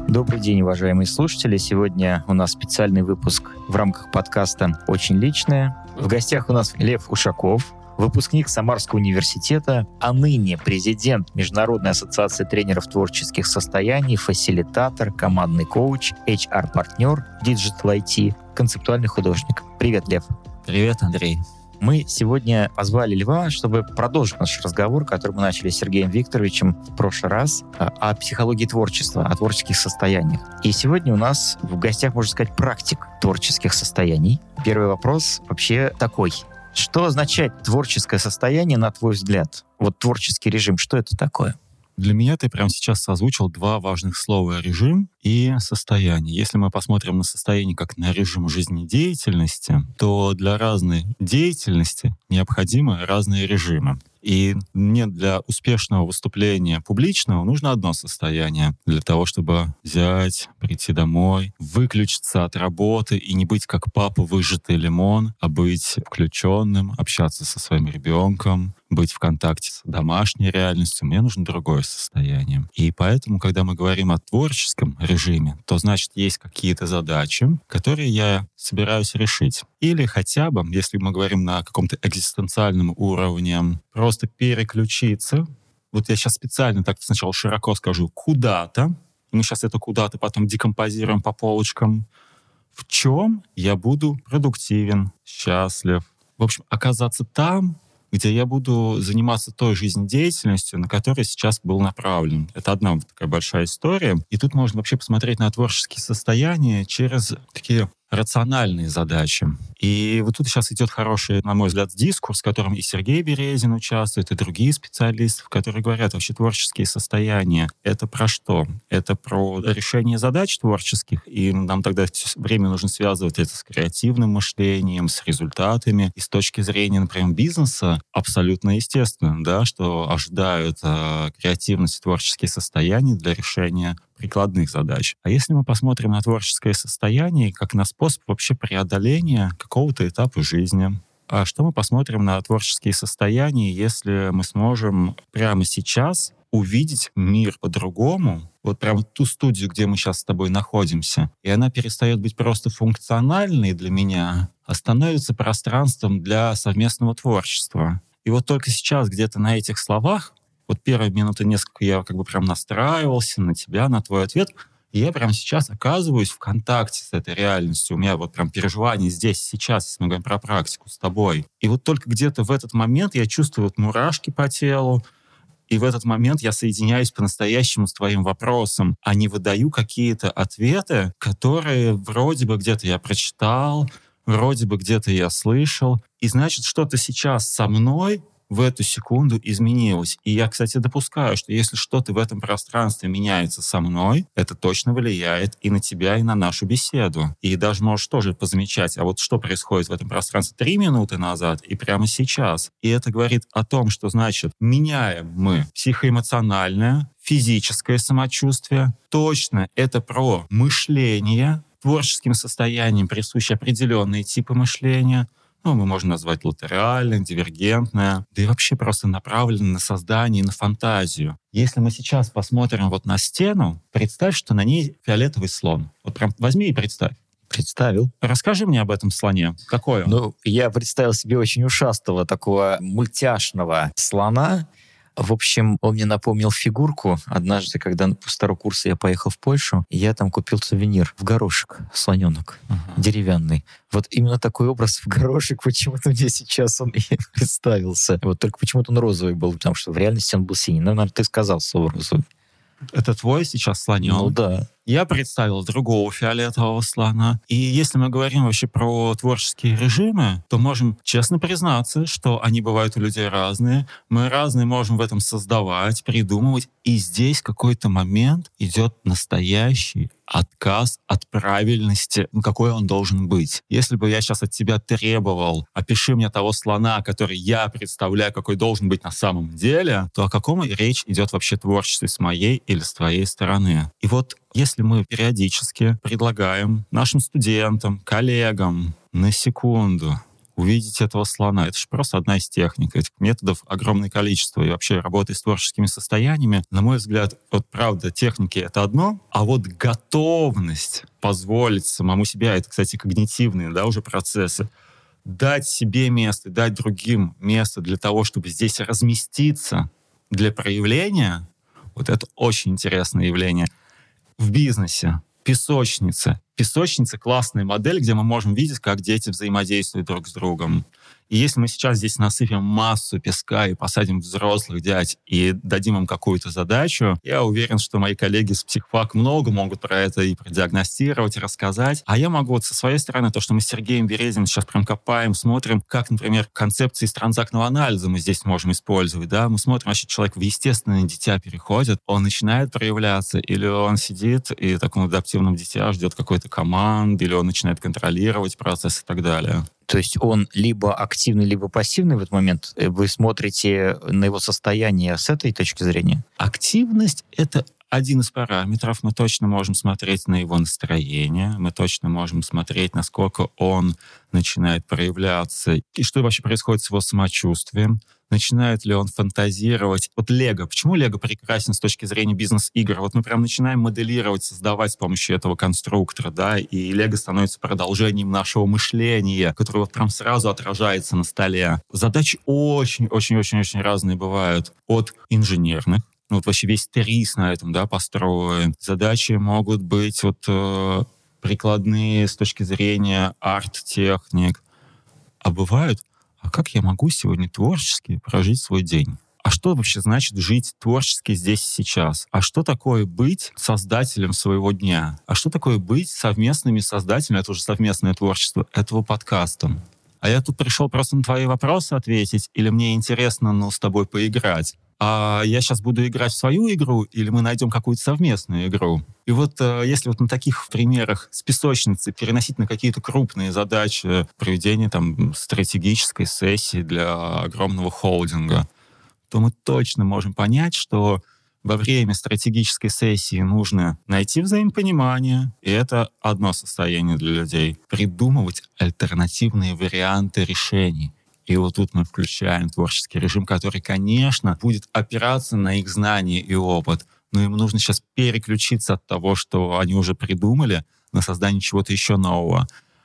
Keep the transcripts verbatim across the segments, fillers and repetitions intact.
Добрый день, уважаемые слушатели. Сегодня у нас специальный выпуск в рамках подкаста «Очень личное». В гостях у нас Лев Ушаков, выпускник Самарского университета, а ныне президент Международной ассоциации тренеров творческих состояний, фасилитатор, командный коуч, эйч ар-партнер, диджитал ай ти, концептуальный художник. Привет, Лев. Привет, Андрей. Мы сегодня позвали Льва, чтобы продолжить наш разговор, который мы начали с Сергеем Викторовичем в прошлый раз, о психологии творчества, о творческих состояниях. И сегодня у нас в гостях, можно сказать, практик творческих состояний. Первый вопрос вообще такой. Что означает творческое состояние, на твой взгляд? Вот творческий режим, что это такое? Для меня ты прямо сейчас озвучил два важных слова: режим и состояние. Если мы посмотрим на состояние как на режим жизнедеятельности, то для разной деятельности необходимы разные режимы. И мне для успешного выступления публичного нужно одно состояние. Для того, чтобы взять, прийти домой, выключиться от работы и не быть как папа выжатый лимон, а быть включенным, общаться со своим ребенком, быть в контакте с домашней реальностью, мне нужно другое состояние. И поэтому, когда мы говорим о творческом режиме, то значит, есть какие-то задачи, которые я собираюсь решить. Или хотя бы, если мы говорим на каком-то экзистенциальном уровне, просто переключиться. Вот я сейчас специально так сначала широко скажу «куда-то». И мы сейчас это куда-то потом декомпозируем по полочкам. В чем я буду продуктивен, счастлив. В общем, оказаться там, где я буду заниматься той жизнедеятельностью, на которой сейчас был направлен. Это одна вот такая большая история. И тут можно вообще посмотреть на творческие состояния через такие рациональные задачи. И вот тут сейчас идет хороший, на мой взгляд, дискурс, в котором и Сергей Березин участвует, и другие специалисты, которые говорят, вообще творческие состояния — это про что? Это про решение задач творческих, и нам тогда все время нужно связывать это с креативным мышлением, с результатами. И с точки зрения, например, бизнеса, абсолютно естественно, да, что ожидают э, креативность и творческие состояния для решения прикладных задач. А если мы посмотрим на творческое состояние как на способ вообще преодоления какого-то этапа жизни, а что мы посмотрим на творческие состояния, если мы сможем прямо сейчас увидеть мир по-другому, вот прямо ту студию, где мы сейчас с тобой находимся, и она перестает быть просто функциональной для меня, а становится пространством для совместного творчества. И вот только сейчас где-то на этих словах, вот первые минуты несколько я как бы прям настраивался на тебя, на твой ответ, и я прямо сейчас оказываюсь в контакте с этой реальностью. У меня вот прям переживание здесь, сейчас, если мы говорим про практику с тобой. И вот только где-то в этот момент я чувствую вот мурашки по телу, и в этот момент я соединяюсь по-настоящему с твоим вопросом, а не выдаю какие-то ответы, которые вроде бы где-то я прочитал, вроде бы где-то я слышал, и значит, что-то сейчас со мной в эту секунду изменилось. И я, кстати, допускаю, что если что-то в этом пространстве меняется со мной, это точно влияет и на тебя, и на нашу беседу. И даже можешь тоже позамечать, а вот что происходит в этом пространстве три минуты назад и прямо сейчас. И это говорит о том, что, значит, меняем мы психоэмоциональное, физическое самочувствие. Точно это про мышление. Творческим состояниям присущи определенные типы мышления. Ну, мы можем назвать латеральное, дивергентное, да и вообще просто направлено на создание, на фантазию. Если мы сейчас посмотрим вот на стену, представь, что на ней фиолетовый слон. Вот прям возьми и представь. Представил. Расскажи мне об этом слоне. Какой он? Ну, я представил себе очень ушастого, такого мультяшного слона. В общем, он мне напомнил фигурку. Однажды, когда на второго курса я поехал в Польшу, я там купил сувенир в горошек, слоненок, uh-huh. деревянный. Вот именно такой образ в горошек, почему-то мне сейчас он и представился. Вот только почему-то он розовый был, потому что в реальности он был синий. Наверное, ты сказал слово розовый. Это твой сейчас слонёнок? Ну да. Я представил другого фиолетового слона. И если мы говорим вообще про творческие режимы, то можем честно признаться, что они бывают у людей разные. Мы разные можем в этом создавать, придумывать. И здесь какой-то момент идет настоящий отказ от правильности, ну, какой он должен быть. Если бы я сейчас от тебя требовал, опиши мне того слона, который я представляю, какой должен быть на самом деле, то о каком речь идет вообще творчестве с моей или с твоей стороны? И вот если мы периодически предлагаем нашим студентам, коллегам на секунду увидеть этого слона. Это же просто одна из техник. Этих методов огромное количество. И вообще работы с творческими состояниями, на мой взгляд, вот правда, техники — это одно, а вот готовность позволить самому себе, это, кстати, когнитивные, да, уже процессы, дать себе место, дать другим место для того, чтобы здесь разместиться для проявления, вот это очень интересное явление. В бизнесе песочница. Песочница — классная модель, где мы можем видеть, как дети взаимодействуют друг с другом. И если мы сейчас здесь насыпем массу песка и посадим взрослых дядь и дадим им какую-то задачу, я уверен, что мои коллеги с психфак много могут про это и продиагностировать, и рассказать. А я могу вот со своей стороны, то, что мы с Сергеем Березиным сейчас прям копаем, смотрим, как, например, концепции из транзактного анализа мы здесь можем использовать. Да? Мы смотрим, вообще человек в естественное дитя переходит, он начинает проявляться, или он сидит и в таком адаптивном дитя ждет какой-то команды, или он начинает контролировать процесс и так далее. То есть он либо активный, либо пассивный в этот момент? Вы смотрите на его состояние с этой точки зрения? Активность — это один из параметров. Мы точно можем смотреть на его настроение, мы точно можем смотреть, насколько он начинает проявляться, и что вообще происходит с его самочувствием. Начинает ли он фантазировать? Вот Лего. Почему Лего прекрасен с точки зрения бизнес-игр? Вот мы прям начинаем моделировать, создавать с помощью этого конструктора, да, и Лего становится продолжением нашего мышления, которое вот прям сразу отражается на столе. Задачи очень-очень-очень-очень разные бывают. От инженерных, ну вот вообще весь ТРИС на этом, да, построен. Задачи могут быть вот э, прикладные с точки зрения арт-техник. А бывают: а как я могу сегодня творчески прожить свой день? А что вообще значит жить творчески здесь и сейчас? А что такое быть создателем своего дня? А что такое быть совместными создателями, это уже совместное творчество, этого подкаста? А я тут пришел просто на твои вопросы ответить, или мне интересно, ну, с тобой поиграть? А я сейчас буду играть в свою игру, или мы найдем какую-то совместную игру? И вот э, если вот на таких примерах с песочницы переносить на какие-то крупные задачи проведения там стратегической сессии для огромного холдинга, то мы точно можем понять, что во время стратегической сессии нужно найти взаимопонимание, и это одно состояние для людей. Придумывать альтернативные варианты решений. И вот тут мы включаем творческий режим, который, конечно, будет опираться на их знания и опыт, но им нужно сейчас переключиться от того, что они уже придумали, на создание чего-то еще нового.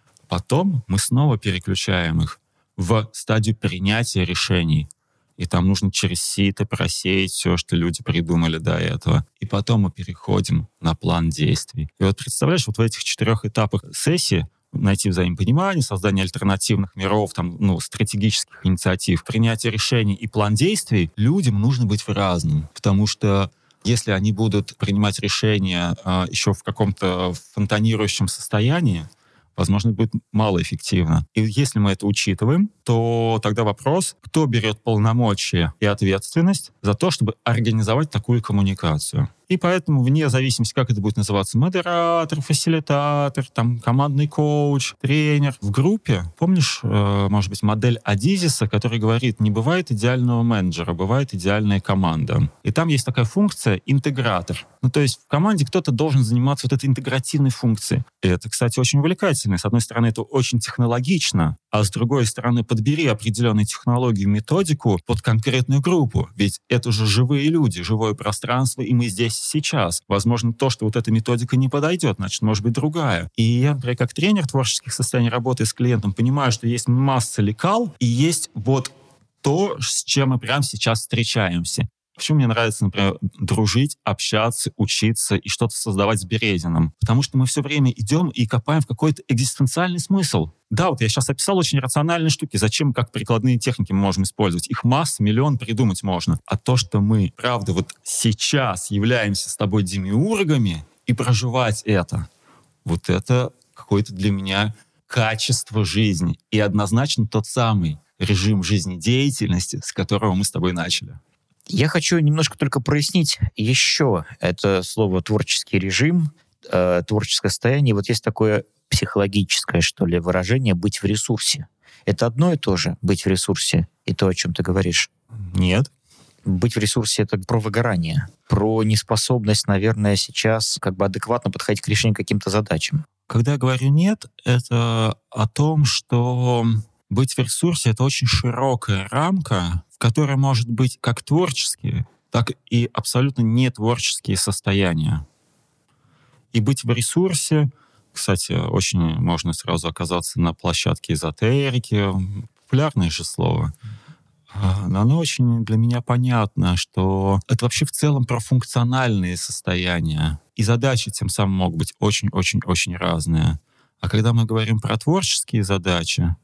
Потом мы снова переключаем их в стадию принятия решений. И там нужно через сито просеять все, что люди придумали до этого. И потом мы переходим на план действий. И вот представляешь, вот в этих четырех этапах сессии найти взаимопонимание, создание альтернативных миров, там, ну, стратегических инициатив, принятие решений и план действий, людям нужно быть в разном. Потому что если они будут принимать решения а, еще в каком-то фонтанирующем состоянии, возможно, будет малоэффективно. И если мы это учитываем, то тогда вопрос, кто берет полномочия и ответственность за то, чтобы организовать такую коммуникацию. И поэтому вне зависимости, как это будет называться, модератор, фасилитатор, там, командный коуч, тренер. В группе, помнишь, э, может быть, модель Адизиса, который говорит, не бывает идеального менеджера, бывает идеальная команда. И там есть такая функция интегратор. Ну, то есть в команде кто-то должен заниматься вот этой интегративной функцией. И это, кстати, очень увлекательно. С одной стороны, это очень технологично, а с другой стороны, подбери определенную технологию, методику под конкретную группу. Ведь это же живые люди, живое пространство, и мы здесь сейчас. Возможно, то, что вот эта методика не подойдет, значит, может быть, другая. И я, например, как тренер творческих состояний, работая с клиентом, понимаю, что есть масса лекал, и есть вот то, с чем мы прямо сейчас встречаемся. Почему мне нравится, например, дружить, общаться, учиться и что-то создавать с Березиным? Потому что мы все время идем и копаем в какой-то экзистенциальный смысл. Да, вот я сейчас описал очень рациональные штуки. Зачем, как прикладные техники мы можем использовать? Их масса, миллион придумать можно. А то, что мы, правда, вот сейчас являемся с тобой демиургами и проживать это, вот это какое-то для меня качество жизни. И однозначно тот самый режим жизнедеятельности, с которого мы с тобой начали. Я хочу немножко только прояснить еще это слово «творческий режим», э, творческое состояние. Вот есть такое психологическое, что ли, выражение «быть в ресурсе». Это одно и то же — быть в ресурсе и то, о чем ты говоришь? Нет. Быть в ресурсе — это про выгорание, про неспособность, наверное, сейчас как бы адекватно подходить к решению каким-то задачам. Когда я говорю «нет», это о том, что Быть в ресурсе — это очень широкая рамка, в которой может быть как творческие, так и абсолютно нетворческие состояния. И быть в ресурсе, кстати, очень можно сразу оказаться на площадке эзотерики, популярное же слово. Но оно очень для меня понятно, что это вообще в целом про функциональные состояния. И задачи тем самым могут быть очень-очень-очень разные. А когда мы говорим про творческие задачи,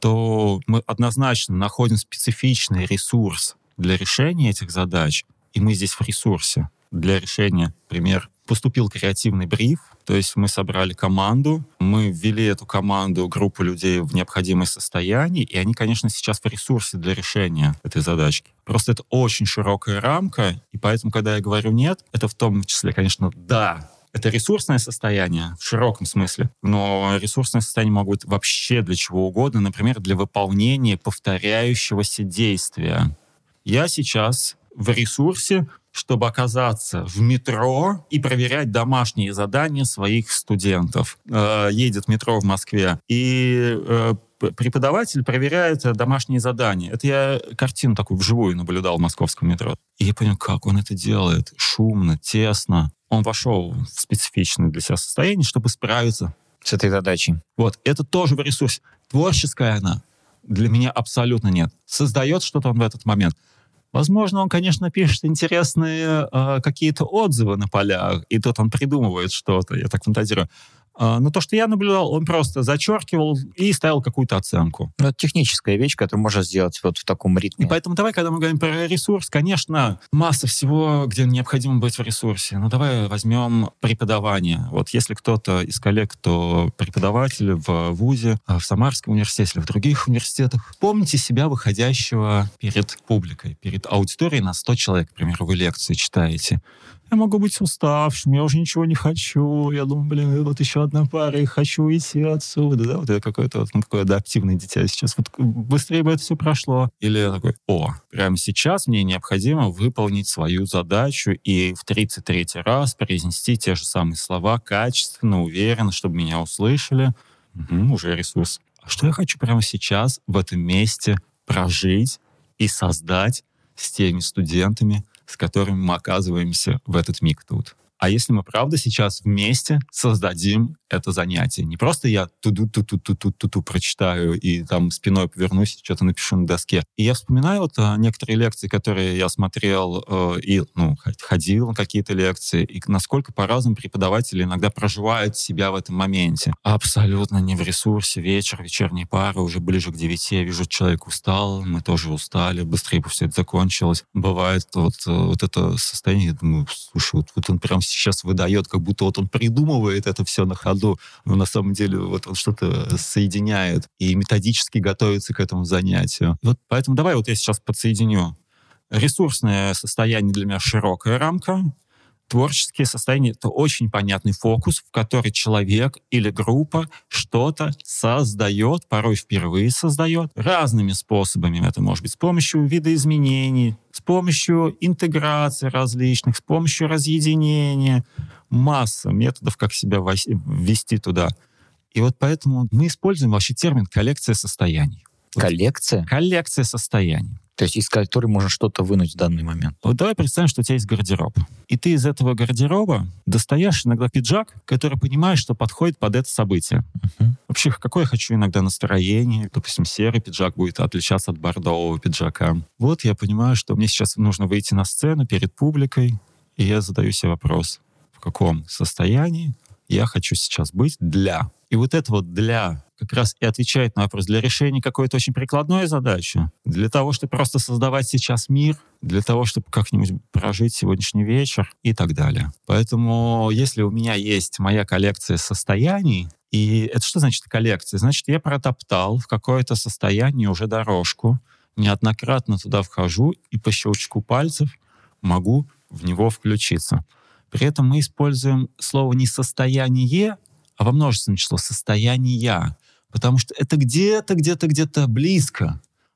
то мы однозначно находим специфичный ресурс для решения этих задач, и мы здесь в ресурсе для решения. Например, поступил креативный бриф, то есть мы собрали команду, мы ввели эту команду, группу людей в необходимое состояние, и они, конечно, сейчас в ресурсе для решения этой задачки. Просто это очень широкая рамка, и поэтому, когда я говорю «нет», это в том числе, конечно, «да». Это ресурсное состояние в широком смысле, но ресурсное состояние могут быть вообще для чего угодно, например, для выполнения повторяющегося действия. Я сейчас в ресурсе, чтобы оказаться в метро и проверять домашние задания своих студентов. Э, едет метро в Москве, и э, преподаватель проверяет домашние задания. Это я картину такую вживую наблюдал в московском метро. И я понял, как он это делает. Шумно, тесно. Он вошел в специфичное для себя состояние, чтобы справиться с этой задачей. Вот, это тоже в ресурсе. Творческая она для меня абсолютно нет. Создает что-то он в этот момент. Возможно, он, конечно, пишет интересные э, какие-то отзывы на полях, и тут он придумывает что-то, я так фантазирую. Э, но то, что я наблюдал, он просто зачеркивал и ставил какую-то оценку. Ну, это техническая вещь, которую можно сделать вот в таком ритме. И поэтому давай, когда мы говорим про ресурс, конечно, масса всего, где необходимо быть в ресурсе. Но давай возьмем преподавание. Вот если кто-то из коллег, кто преподаватель в вузе, в Самарском университете или в других университетах, помните себя выходящего перед публикой, перед аудиторией на сто человек, к примеру, вы лекции читаете. Я могу быть уставшим, я уже ничего не хочу. Я думаю, блин, вот еще одна пара, и хочу идти отсюда. Да? Вот это какое-то вот, ну, такое адаптивное дитя сейчас. Вот быстрее бы это все прошло. Или я такой, о, прямо сейчас мне необходимо выполнить свою задачу и в тридцать третий раз произнести те же самые слова качественно, уверенно, чтобы меня услышали. Угу, уже ресурс. А что я хочу прямо сейчас в этом месте прожить и создать с теми студентами, с которыми мы оказываемся в этот миг тут. А если мы, правда, сейчас вместе создадим это занятие? Не просто я ту-ду-ту-ту-ту-ту-ту прочитаю и там спиной повернусь, что-то напишу на доске. И я вспоминаю вот а, некоторые лекции, которые я смотрел э, и ну, ходил на какие-то лекции, и насколько по-разному преподаватели иногда проживают себя в этом моменте. Абсолютно не в ресурсе. Вечер, вечерние пары, уже ближе к девяти. Я вижу, человек устал, мы тоже устали, быстрее бы все это закончилось. Бывает вот, вот это состояние, я думаю, слушай, вот, вот он прям сейчас выдает, как будто вот он придумывает это все на ходу, но на самом деле вот он что-то соединяет и методически готовится к этому занятию. Вот поэтому давай вот я сейчас подсоединю. Ресурсное состояние для меня широкая рамка, творческие состояния — это очень понятный фокус, в который человек или группа что-то создает, порой впервые создает, разными способами. Это может быть с помощью видоизменений, с помощью интеграции различных, с помощью разъединения. Масса методов, как себя ввести туда. И вот поэтому мы используем вообще термин «коллекция состояний». Коллекция? Коллекция состояний. То есть из которой можно что-то вынуть в данный момент. Вот давай представим, что у тебя есть гардероб. И ты из этого гардероба достаешь иногда пиджак, который понимаешь, что подходит под это событие. Uh-huh. Вообще, какое я хочу иногда настроение. Допустим, серый пиджак будет отличаться от бордового пиджака. Вот я понимаю, что мне сейчас нужно выйти на сцену перед публикой, и я задаю себе вопрос, в каком состоянии я хочу сейчас быть для... И вот это вот «для» как раз и отвечает на вопрос для решения какой-то очень прикладной задачи, для того, чтобы просто создавать сейчас мир, для того, чтобы как-нибудь прожить сегодняшний вечер и так далее. Поэтому если у меня есть моя коллекция состояний, и это что значит коллекция? Значит, я протоптал в какое-то состояние уже дорожку, неоднократно туда вхожу и по щелчку пальцев могу в него включиться. При этом мы используем слово не «состояние», а во множественном числе «состояния», потому что это где-то, где-то, где-то близко.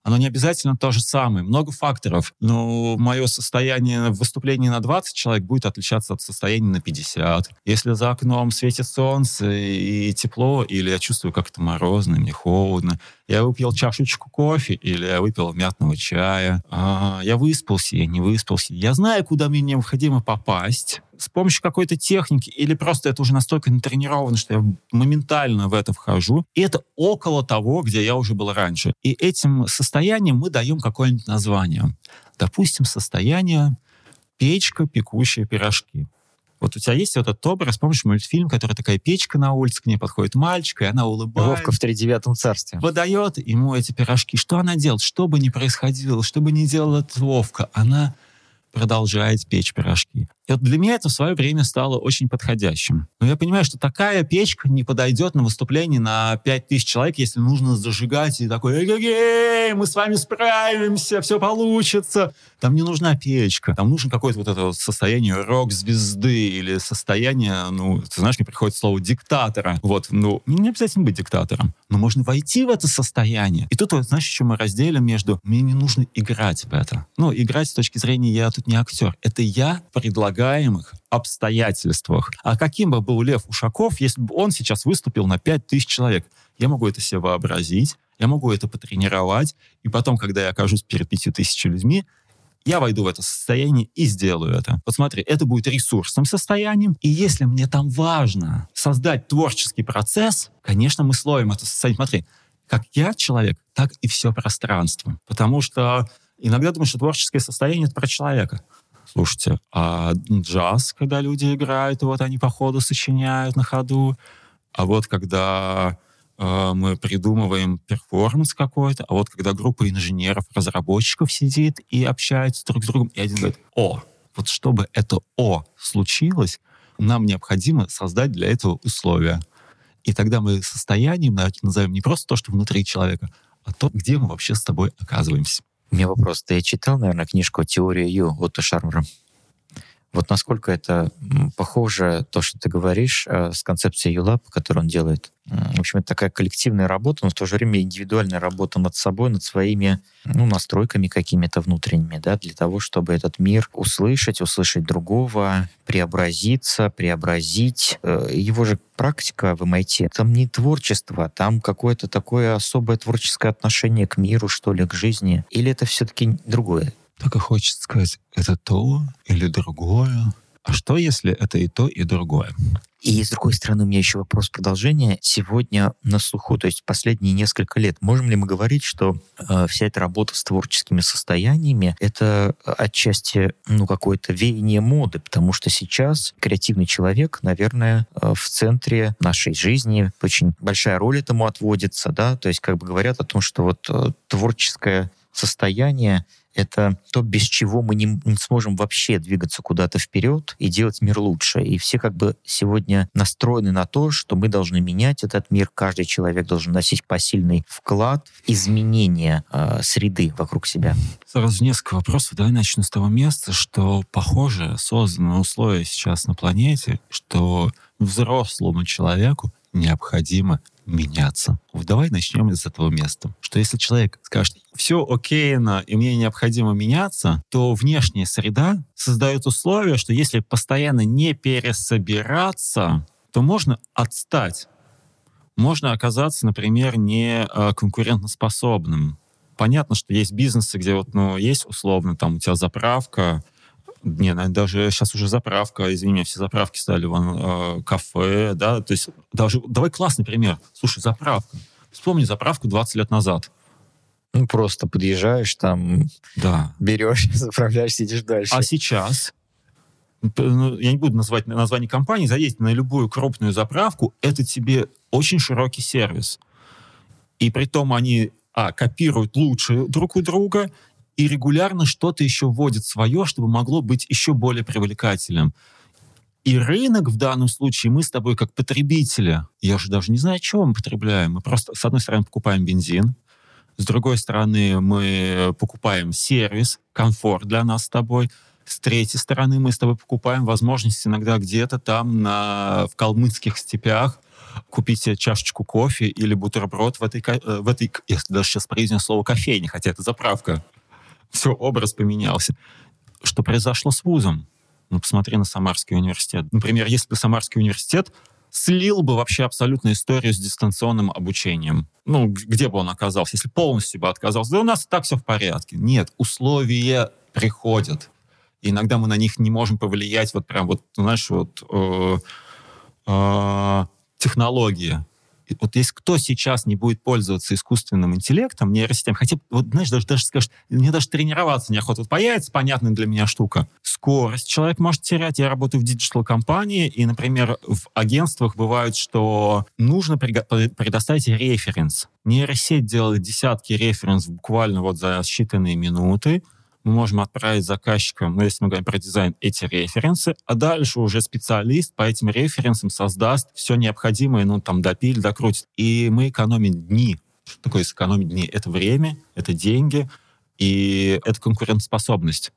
Оно не обязательно то же самое. Много факторов. Но мое состояние в выступлении на двадцать человек будет отличаться от состояния на пятьдесят. Если за окном светит солнце и тепло, или я чувствую, как это морозно, мне холодно, я выпил чашечку кофе или я выпил мятного чая, а, я выспался, я не выспался. Я знаю, куда мне необходимо попасть с помощью какой-то техники, или просто это уже настолько натренировано, что я моментально в это вхожу. И это около того, где я уже был раньше. И этим состоянием мы даем какое-нибудь название. Допустим, состояние печка, пекущая пирожки. Вот у тебя есть вот этот образ, помнишь мультфильм, который такая печка на улице, к ней подходит мальчик, и она улыбается. Вовка в тридевятом царстве. Выдает ему эти пирожки. Что она делает? Что бы ни происходило, что бы ни делала эта Вовка, она продолжает печь пирожки. И вот для меня это в свое время стало очень подходящим. Но я понимаю, что такая печка не подойдет на выступление на пять тысяч человек, если нужно зажигать и такой: эй-эй-эй, мы с вами справимся, все получится. Там не нужна печка. Там нужно какое-то вот это вот состояние рок-звезды или состояние, ну, ты знаешь, мне приходит слово диктатора. Вот, ну, не обязательно быть диктатором, но можно войти в это состояние. И тут, вот, знаешь, еще мы разделим между мне не нужно играть в это. Ну, играть с точки зрения я тут не актер. Это я предлагаю обстоятельствах. А каким бы был Лев Ушаков, если бы он сейчас выступил на пять тысяч человек? Я могу это себе вообразить, я могу это потренировать, и потом, когда я окажусь перед пятью тысячами людьми, я войду в это состояние и сделаю это. Вот смотри, это будет ресурсным состоянием, и если мне там важно создать творческий процесс, конечно, мы словим это состояние. Смотри, как я человек, так и все пространство. Потому что иногда думаю, что творческое состояние — это про человека. Слушайте, а джаз, когда люди играют, вот они по ходу сочиняют на ходу, а вот когда э, мы придумываем перформанс какой-то, а вот когда группа инженеров, разработчиков сидит и общается друг с другом, и один говорит: о, вот чтобы это «о» случилось, нам необходимо создать для этого условия. И тогда мы состоянием назовем не просто то, что внутри человека, а то, где мы вообще с тобой оказываемся. У меня вопрос. Ты читал, наверное, книжку «Теория Ю» Отто Шармера? Вот насколько это похоже, то, что ты говоришь, с концепцией ЮЛАП, которую он делает. В общем, это такая коллективная работа, но в то же время индивидуальная работа над собой, над своими, ну, настройками какими-то внутренними, да, для того, чтобы этот мир услышать, услышать другого, преобразиться, преобразить. Его же практика в эм ай ти, там не творчество, там какое-то такое особое творческое отношение к миру, что ли, к жизни. Или это все-таки другое? Так и хочется сказать, это то или другое. А что, если это и то, и другое? И, с другой стороны, у меня еще вопрос продолжения. Сегодня на слуху, то есть последние несколько лет, можем ли мы говорить, что э, вся эта работа с творческими состояниями — это отчасти, ну, какое-то веяние моды, потому что сейчас креативный человек, наверное, э, в центре нашей жизни, очень большая роль этому отводится, да, то есть как бы говорят о том, что вот э, творческое состояние — это то, без чего мы не, не сможем вообще двигаться куда-то вперед и делать мир лучше. И все как бы сегодня настроены на то, что мы должны менять этот мир, каждый человек должен носить посильный вклад в изменение э, среды вокруг себя. Сразу несколько вопросов. Давай начну с того места, что, похоже, созданы условия сейчас на планете, что взрослому человеку необходимо меняться. Вот давай начнем из этого места. Что если человек скажет: все окейно, и мне необходимо меняться, то внешняя среда создает условия, что если постоянно не пересобираться, то можно отстать. Можно оказаться, например, не конкурентоспособным. Понятно, что есть бизнесы, где вот, ну, есть условно, там у тебя заправка, не, даже сейчас уже заправка, извини меня, все заправки стали, вон, э, кафе, да, то есть даже, давай классный пример. Слушай, заправка. Вспомни заправку двадцать лет назад. Ну, просто подъезжаешь, там, да. берешь, заправляешь, сидишь дальше. А сейчас, ну, я не буду называть название компании, заедь на любую крупную заправку, это тебе очень широкий сервис. И притом они, а, копируют лучше друг у друга, и регулярно что-то еще вводит свое, чтобы могло быть еще более привлекательным. И рынок в данном случае, мы с тобой как потребители, я уже даже не знаю, чего мы потребляем. Мы просто, с одной стороны, покупаем бензин, с другой стороны, мы покупаем сервис, комфорт для нас с тобой. С третьей стороны, мы с тобой покупаем возможность иногда где-то там на, в калмыцких степях купить себе чашечку кофе или бутерброд в этой, в этой, я даже сейчас произнес слово кофейне, хотя это заправка. Все, образ поменялся. Что произошло с вузом? Ну, посмотри на Самарский университет. Например, если бы Самарский университет слил бы вообще абсолютно историю с дистанционным обучением. Ну, где бы он оказался? Если полностью бы отказался, да у нас так все в порядке. Нет, условия приходят. И иногда мы на них не можем повлиять. Вот прям вот, знаешь, вот э, э, технологии. И вот если кто сейчас не будет пользоваться искусственным интеллектом, нейросетями, хотя, вот, знаешь, даже, даже скажешь, мне даже тренироваться неохота. Вот появится понятная для меня штука. Скорость человек может терять. Я работаю в диджитал-компании, и, например, в агентствах бывает, что нужно предоставить референс. Нейросеть делает десятки референсов буквально вот за считанные минуты. Мы можем отправить заказчикам, ну, если мы говорим про дизайн, эти референсы, а дальше уже специалист по этим референсам создаст все необходимое, ну, там, допилит, докрутит. И мы экономим дни. Что такое сэкономить дни? Это время, это деньги, и это конкурентоспособность.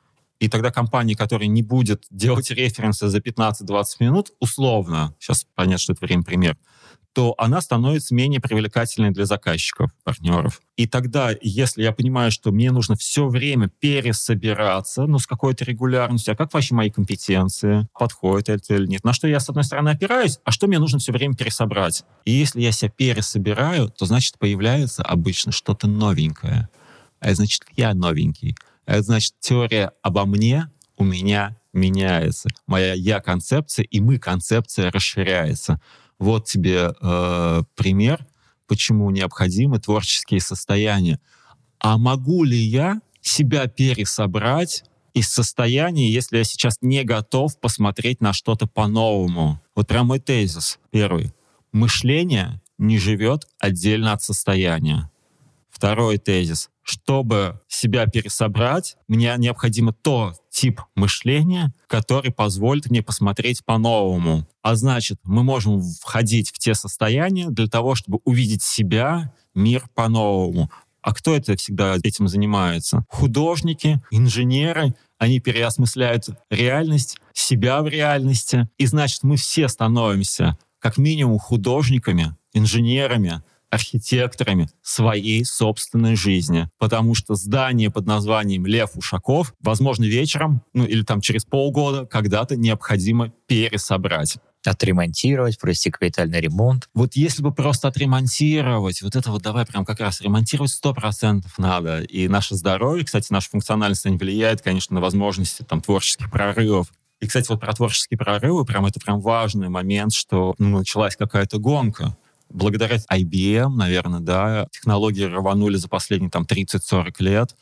И тогда компания, которая не будет делать референсы за пятнадцать-двадцать минут, условно, сейчас понятно, что это время пример, то она становится менее привлекательной для заказчиков, партнеров. И тогда, если я понимаю, что мне нужно все время пересобираться, ну, с какой-то регулярностью, а как вообще мои компетенции, подходит это или нет, на что я, с одной стороны, опираюсь, а что мне нужно все время пересобрать. И если я себя пересобираю, то, значит, появляется обычно что-то новенькое. А это значит, я новенький. А это значит, теория обо мне у меня меняется. Моя я-концепция и мы-концепция расширяется. Вот тебе э, пример, почему необходимы творческие состояния. А могу ли я себя пересобрать из состояния, если я сейчас не готов посмотреть на что-то по-новому? Вот прям мой тезис первый. Мышление не живет отдельно от состояния. Второй тезис. Чтобы себя пересобрать, мне необходимо то тип мышления, который позволит мне посмотреть по-новому. А значит, мы можем входить в те состояния для того, чтобы увидеть себя, мир по-новому. А кто это всегда этим занимается? Художники, инженеры. Они переосмысляют реальность, себя в реальности. И значит, мы все становимся как минимум художниками, инженерами, архитекторами своей собственной жизни. Потому что здание под названием Лев Ушаков, возможно, вечером, ну или там через полгода, когда-то необходимо пересобрать. Отремонтировать, провести капитальный ремонт. Вот если бы просто отремонтировать, вот это вот давай прям как раз ремонтировать сто процентов надо. И наше здоровье, кстати, наша функциональность не влияет, конечно, на возможности там творческих прорывов. И, кстати, вот про творческие прорывы, прям это прям важный момент, что ну, началась какая-то гонка. Благодаря ай би эм, наверное, да, технологии рванули за последние там тридцать-сорок лет.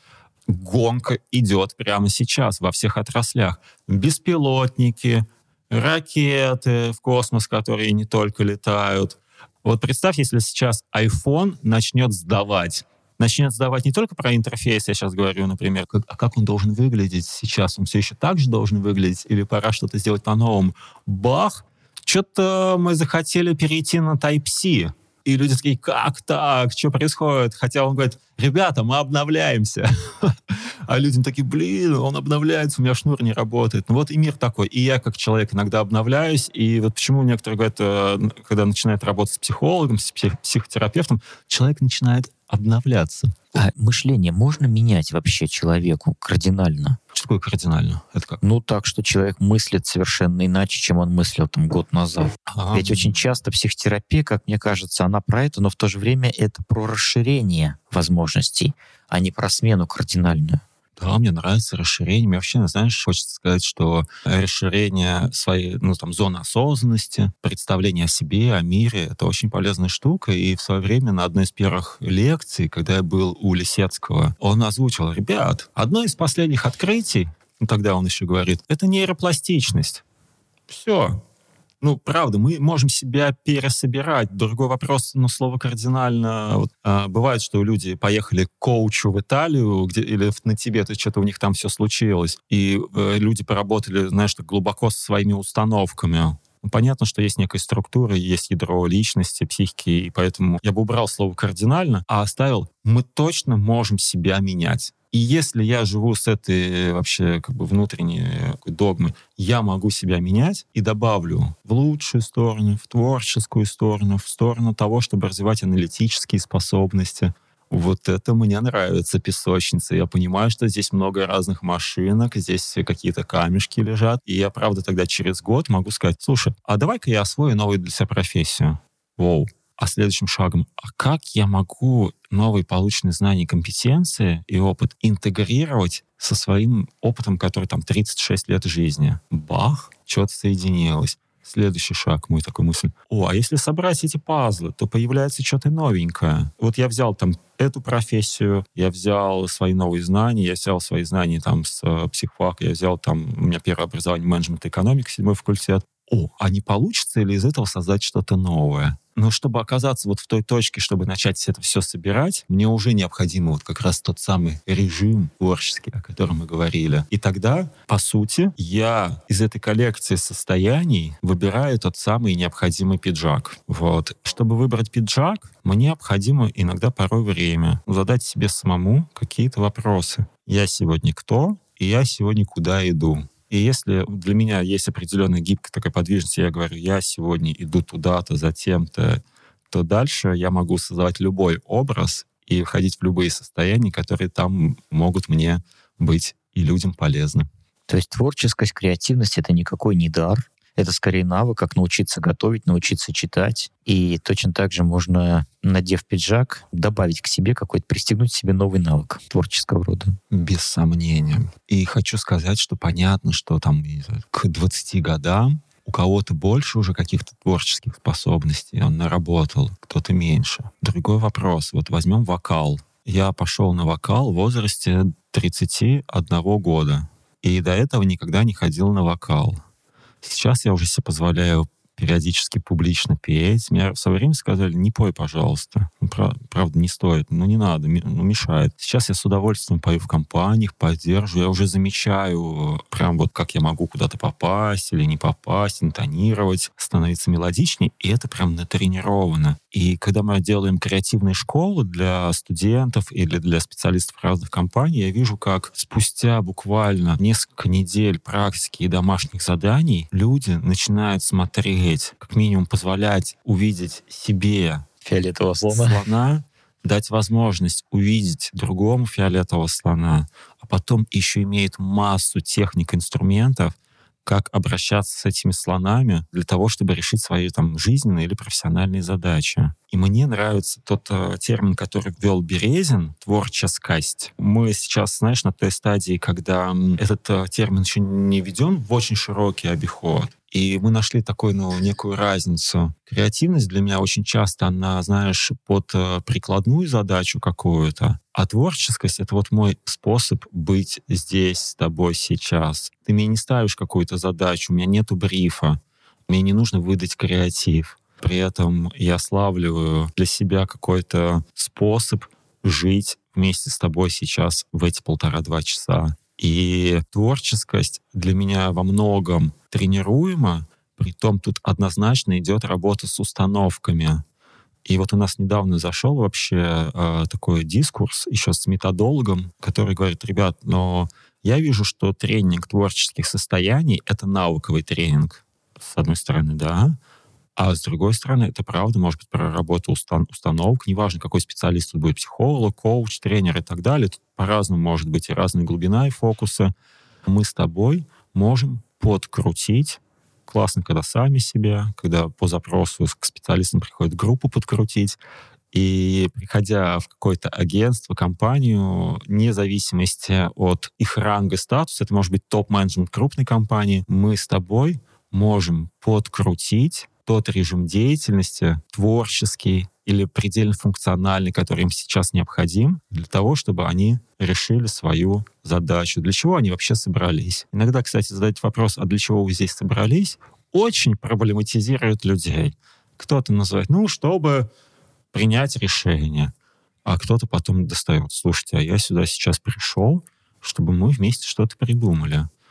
Гонка идет прямо сейчас во всех отраслях. Беспилотники, ракеты в космос, которые не только летают. Вот представь, если сейчас iPhone начнет сдавать. Начнет сдавать не только про интерфейс, я сейчас говорю, например, как, а как он должен выглядеть сейчас? Он все еще так же должен выглядеть? Или пора что-то сделать по-новому? Бах! Что-то мы захотели перейти на Type-C. И люди такие, как так? Что происходит? Хотя он говорит, ребята, мы обновляемся. А людям такие, блин, он обновляется, у меня шнур не работает. Ну вот и мир такой. И я как человек иногда обновляюсь. И вот почему некоторые говорят, когда начинают работать с психологом, с психотерапевтом, человек начинает обновляться. А мышление можно менять вообще человеку кардинально? Что такое кардинально? Это как? Ну, так, что человек мыслит совершенно иначе, чем он мыслил там год назад. А-а-а. Ведь очень часто психотерапия, как мне кажется, она про это, но в то же время это про расширение возможностей, а не про смену кардинальную. Да, мне нравится расширение. Мне вообще, знаешь, хочется сказать, что расширение своей, ну, там, зоны осознанности, представление о себе, о мире — это очень полезная штука. И в свое время на одной из первых лекций, когда я был у Лисецкого, он озвучил, ребят, одно из последних открытий, ну, тогда он еще говорит, это нейропластичность. Все. Ну, правда, мы можем себя пересобирать. Другой вопрос, ну, слово кардинально. Вот, а, бывает, что люди поехали к коучу в Италию где, или на Тибет, и что-то у них там все случилось. И э, люди поработали, знаешь, так глубоко со своими установками. Ну, понятно, что есть некая структура, есть ядро личности, психики, и поэтому я бы убрал слово «кардинально», а оставил «мы точно можем себя менять». И если я живу с этой вообще как бы внутренней догмой, я могу себя менять и добавлю в лучшую сторону, в творческую сторону, в сторону того, чтобы развивать аналитические способности. Вот это мне нравится, песочница. Я понимаю, что здесь много разных машинок, здесь какие-то камешки лежат. И я, правда, тогда через год могу сказать, слушай, а давай-ка я освою новую для себя профессию. Воу. А следующим шагом, а как я могу новые полученные знания, компетенции и опыт интегрировать со своим опытом, который там тридцать шесть лет жизни? Бах, что-то соединилось. Следующий шаг, мой такой мысль. О, а если собрать эти пазлы, то появляется что-то новенькое. Вот я взял там эту профессию, я взял свои новые знания, я взял свои знания там с э, психфака, я взял там, у меня первое образование менеджмент и экономика, седьмой факультет. О, а не получится ли из этого создать что-то новое? Но чтобы оказаться вот в той точке, чтобы начать это все собирать, мне уже необходимо вот как раз тот самый режим творческий, о котором мы говорили. И тогда, по сути, я из этой коллекции состояний выбираю тот самый необходимый пиджак. Вот. Чтобы выбрать пиджак, мне необходимо иногда порой время задать себе самому какие-то вопросы. Я сегодня кто? И я сегодня куда иду? И если для меня есть определенная гибкая такая подвижность, я говорю, я сегодня иду туда-то, затем-то, то дальше я могу создавать любой образ и входить в любые состояния, которые там могут мне быть и людям полезны. То есть творческость, креативность — это никакой не дар, это скорее навык, как научиться готовить, научиться читать. И точно так же можно, надев пиджак, добавить к себе какой-то, пристегнуть себе новый навык творческого рода. Без сомнения. И хочу сказать, что понятно, что там к двадцати годам у кого-то больше уже каких-то творческих способностей, он наработал, кто-то меньше. Другой вопрос. Вот возьмем вокал. Я пошел на вокал в возрасте тридцати одного года. И до этого никогда не ходил на вокал. Сейчас я уже себе позволяю периодически публично петь. Мне в свое время сказали, не пой, пожалуйста. Правда, не стоит, ну не надо, ну мешает. Сейчас я с удовольствием пою в компаниях, поддерживаю. Я уже замечаю прям вот как я могу куда-то попасть или не попасть, интонировать, становиться мелодичнее. И это прям натренировано. И когда мы делаем креативные школы для студентов или для специалистов разных компаний, я вижу, как спустя буквально несколько недель практики и домашних заданий люди начинают смотреть, как минимум позволять увидеть себе фиолетового слона. слона, дать возможность увидеть другому фиолетового слона, а потом еще имеет массу техник, инструментов, как обращаться с этими слонами для того, чтобы решить свои там жизненные или профессиональные задачи. И мне нравится тот э, термин, который ввел Березин, творческость. Мы сейчас, знаешь, на той стадии, когда этот э, термин еще не введен в очень широкий обиход. И мы нашли такую, ну, некую разницу. Креативность для меня очень часто, она, знаешь, под э, прикладную задачу какую-то. А творческость — это вот мой способ быть здесь с тобой сейчас. Ты мне не ставишь какую-то задачу, у меня нету брифа, мне не нужно выдать креатив. При этом я славливаю для себя какой-то способ жить вместе с тобой сейчас в эти полтора-два часа. И творческость для меня во многом тренируема, притом тут однозначно идет работа с установками. И вот у нас недавно зашел вообще э, такой дискурс еще с методологом, который говорит, ребят, но я вижу, что тренинг творческих состояний — это навыковый тренинг. С одной стороны, да. А с другой стороны, это правда может быть про работу устан- установок. Неважно, какой специалист тут будет, психолог, коуч, тренер и так далее. Тут по-разному может быть и разная глубина и фокусы. Мы с тобой можем подкрутить. Классно, когда сами себя, когда по запросу к специалистам приходит группу подкрутить. И приходя в какое-то агентство, компанию, вне зависимости от их ранга и статуса, это может быть топ-менеджмент крупной компании, мы с тобой можем подкрутить тот режим деятельности, творческий или предельно функциональный, который им сейчас необходим, для того, чтобы они решили свою задачу. Для чего они вообще собрались? Иногда, кстати, задать вопрос, а для чего вы здесь собрались, очень проблематизирует людей. Кто-то называет, ну, чтобы принять решение. А кто-то потом достает, слушайте, а я сюда сейчас пришел, чтобы мы вместе что-то придумали.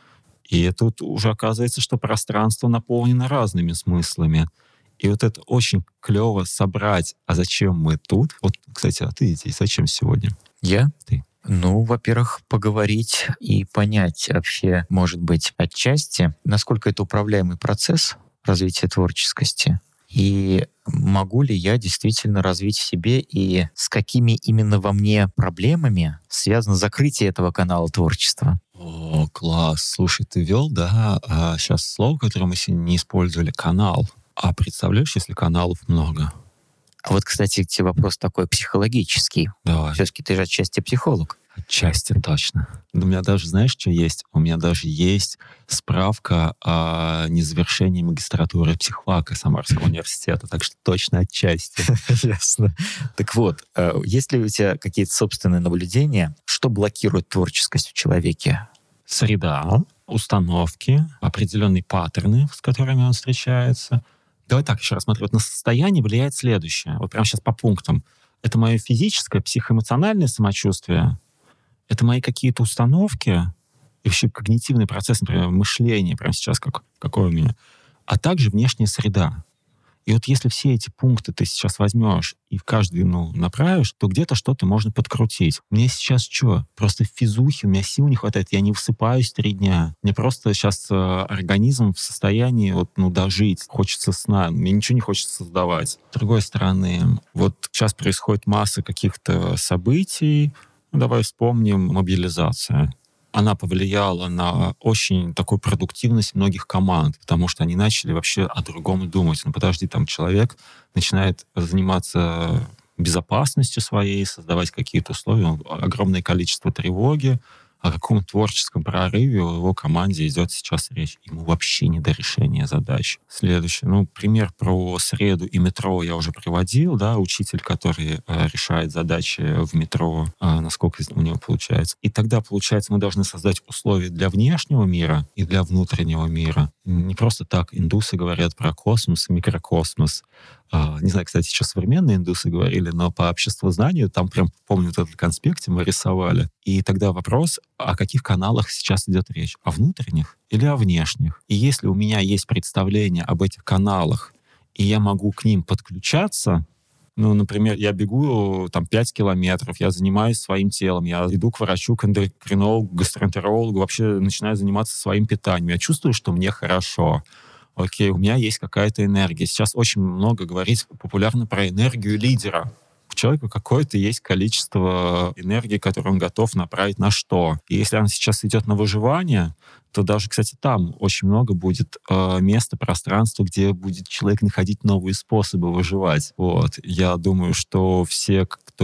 И тут уже оказывается, что пространство наполнено разными смыслами. И вот это очень клево собрать. А зачем мы тут? Вот, кстати, а ты здесь зачем сегодня? Я? Ты. Ну, во-первых, поговорить и понять вообще, может быть, отчасти, насколько это управляемый процесс развития творческости, и могу ли я действительно развить в себе, и с какими именно во мне проблемами связано закрытие этого канала творчества. О, класс. Слушай, ты вел, да, а сейчас слово, которое мы сегодня не использовали, канал. А представляешь, если каналов много? А вот, кстати, тебе вопрос такой психологический. Давай. Все-таки ты же отчасти психолог. Отчасти точно. У меня даже, знаешь, что есть? У меня даже есть справка о незавершении магистратуры психфака Самарского университета, так что точно отчасти. Ясно. Так вот, есть ли у тебя какие-то собственные наблюдения, что блокирует творческость в человеке? Среда, установки, определенные паттерны, с которыми он встречается. Давай так еще раз смотрю. Вот на состояние влияет следующее. Вот прямо сейчас по пунктам. Это мое физическое, психоэмоциональное самочувствие. Это мои какие-то установки и вообще когнитивный процесс, например, мышления прямо сейчас как, какой у меня. А также внешняя среда. И вот если все эти пункты ты сейчас возьмешь и в каждый, ну, направишь, то где-то что-то можно подкрутить. У меня сейчас что? Просто в физухе, у меня сил не хватает, я не высыпаюсь три дня. Мне просто сейчас э, организм в состоянии вот, ну, дожить. Хочется сна, мне ничего не хочется создавать. С другой стороны, вот сейчас происходит масса каких-то событий. Ну, давай вспомним мобилизация. Она повлияла на очень такую продуктивность многих команд, потому что они начали вообще о другом думать. Ну, подожди, там человек начинает заниматься безопасностью своей, создавать какие-то условия, огромное количество тревоги. О каком творческом прорыве в его команде идет сейчас речь. Ему вообще не до решения задач. Следующий. Ну, пример про среду и метро я уже приводил, да, учитель, который э, решает задачи в метро, э, насколько у него получается. И тогда, получается, мы должны создать условия для внешнего мира и для внутреннего мира. Не просто так индусы говорят про космос и микрокосмос. Uh, не знаю, кстати, сейчас современные индусы говорили, но по обществознанию, там прям, помню, вот этот конспекте мы рисовали. И тогда вопрос, о каких каналах сейчас идет речь? О внутренних или о внешних? И если у меня есть представление об этих каналах, и я могу к ним подключаться, ну, например, я бегу там пять километров, я занимаюсь своим телом, я иду к врачу, к эндокринологу, гастроэнтерологу, вообще начинаю заниматься своим питанием. Я чувствую, что мне хорошо. Окей, у меня есть какая-то энергия. Сейчас очень много говорить популярно про энергию лидера. У человека какое-то есть количество энергии, которую он готов направить на что. И если она сейчас идет на выживание, то даже, кстати, там очень много будет э, места, пространства, где будет человек находить новые способы выживать. Вот. Я думаю, что все,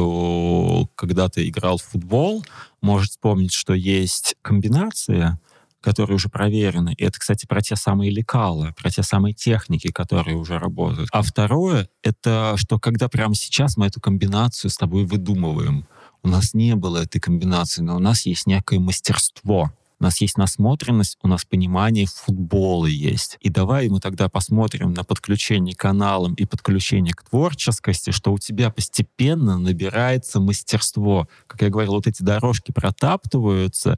кто когда-то играл в футбол, может вспомнить, что есть комбинация, которые уже проверены. И это, кстати, про те самые лекалы, про те самые техники, которые уже работают. А второе, это что когда прямо сейчас мы эту комбинацию с тобой выдумываем. У нас не было этой комбинации, но у нас есть некое мастерство. У нас есть насмотренность, у нас понимание футбола есть. И давай мы тогда посмотрим на подключение к каналам и подключение к творческости, что у тебя постепенно набирается мастерство. Как я говорил, вот эти дорожки протаптываются,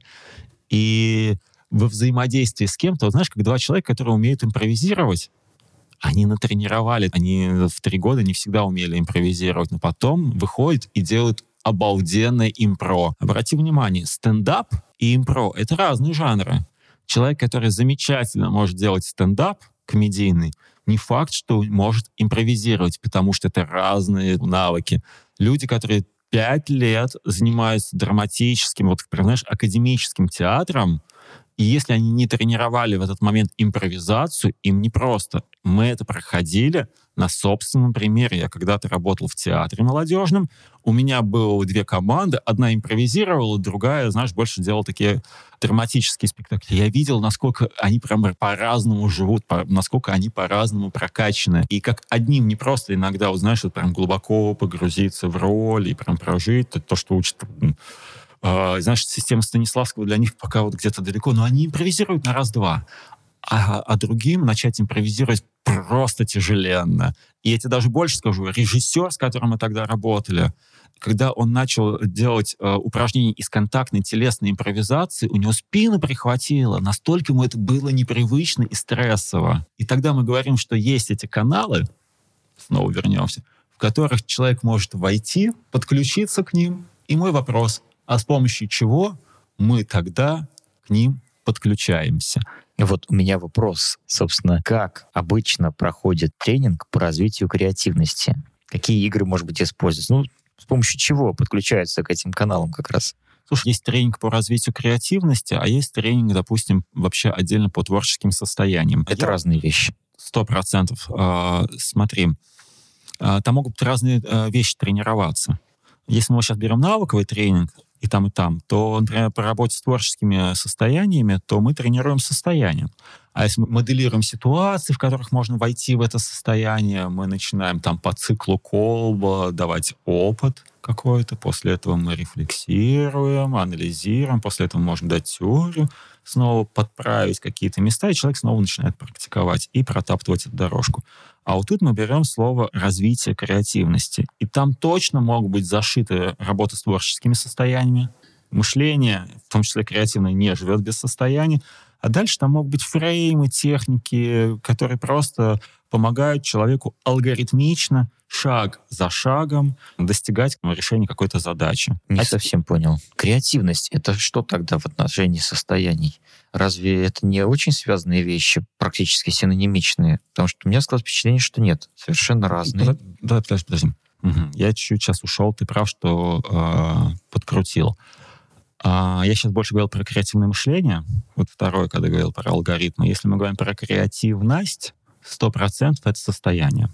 и во взаимодействии с кем-то, вот знаешь, как два человека, которые умеют импровизировать, они натренировали, они в три года не всегда умели импровизировать, но потом выходят и делают обалденное импро. Обрати внимание, стендап и импро — это разные жанры. Человек, который замечательно может делать стендап комедийный, не факт, что может импровизировать, потому что это разные навыки. Люди, которые пять лет занимаются драматическим, вот, знаешь, академическим театром, и если они не тренировали в этот момент импровизацию, им непросто. Мы это проходили на собственном примере. Я когда-то работал в театре молодежном, у меня было две команды, одна импровизировала, другая, знаешь, больше делала такие драматические спектакли. Я видел, насколько они прям по-разному живут, по, насколько они по-разному прокачаны. И как одним не просто иногда, вот, знаешь, вот прям глубоко погрузиться в роль и прям прожить то, что учат... Uh, знаешь, система Станиславского для них пока вот где-то далеко, но они импровизируют на раз-два. А, а другим начать импровизировать просто тяжеленно. И я тебе даже больше скажу, режиссер, с которым мы тогда работали, когда он начал делать э, упражнения из контактной телесной импровизации, у него спину прихватило, настолько ему это было непривычно и стрессово. И тогда мы говорим, что есть эти каналы, снова вернемся, в которых человек может войти, подключиться к ним. И мой вопрос, а с помощью чего мы тогда к ним подключаемся? Вот у меня вопрос, собственно, как обычно проходит тренинг по развитию креативности? Какие игры, может быть, используются? Ну, с помощью чего подключаются к этим каналам как раз? Слушай, есть тренинг по развитию креативности, а есть тренинг, допустим, вообще отдельно по творческим состояниям. Это Я... разные вещи. Сто процентов. Смотри, там могут быть разные вещи тренироваться. Если мы сейчас берем навыковый тренинг, и там, и там, то, например, по работе с творческими состояниями, то мы тренируем состояние. А если мы моделируем ситуации, в которых можно войти в это состояние, мы начинаем там по циклу Колба давать опыт какой-то, после этого мы рефлексируем, анализируем, после этого мы можем дать теорию, снова подправить какие-то места, и человек снова начинает практиковать и протаптывать эту дорожку. А вот тут мы берем слово «развитие креативности». И там точно могут быть зашиты работы с творческими состояниями. Мышление, в том числе креативное, не живет без состояния. А дальше там могут быть фреймы, техники, которые просто помогают человеку алгоритмично, шаг за шагом достигать решения какой-то задачи. Не а совсем понял. Креативность — это что тогда в отношении состояний? Разве это не очень связанные вещи, практически синонимичные? Потому что у меня складывается впечатление, что нет. Совершенно разные. Да, да, подожди, подожди. Угу. Я чуть-чуть сейчас ушел, ты прав, что э, подкрутил. А, я сейчас больше говорил про креативное мышление. Вот второе, когда говорил про алгоритмы. Если мы говорим про креативность, сто процентов это состояние.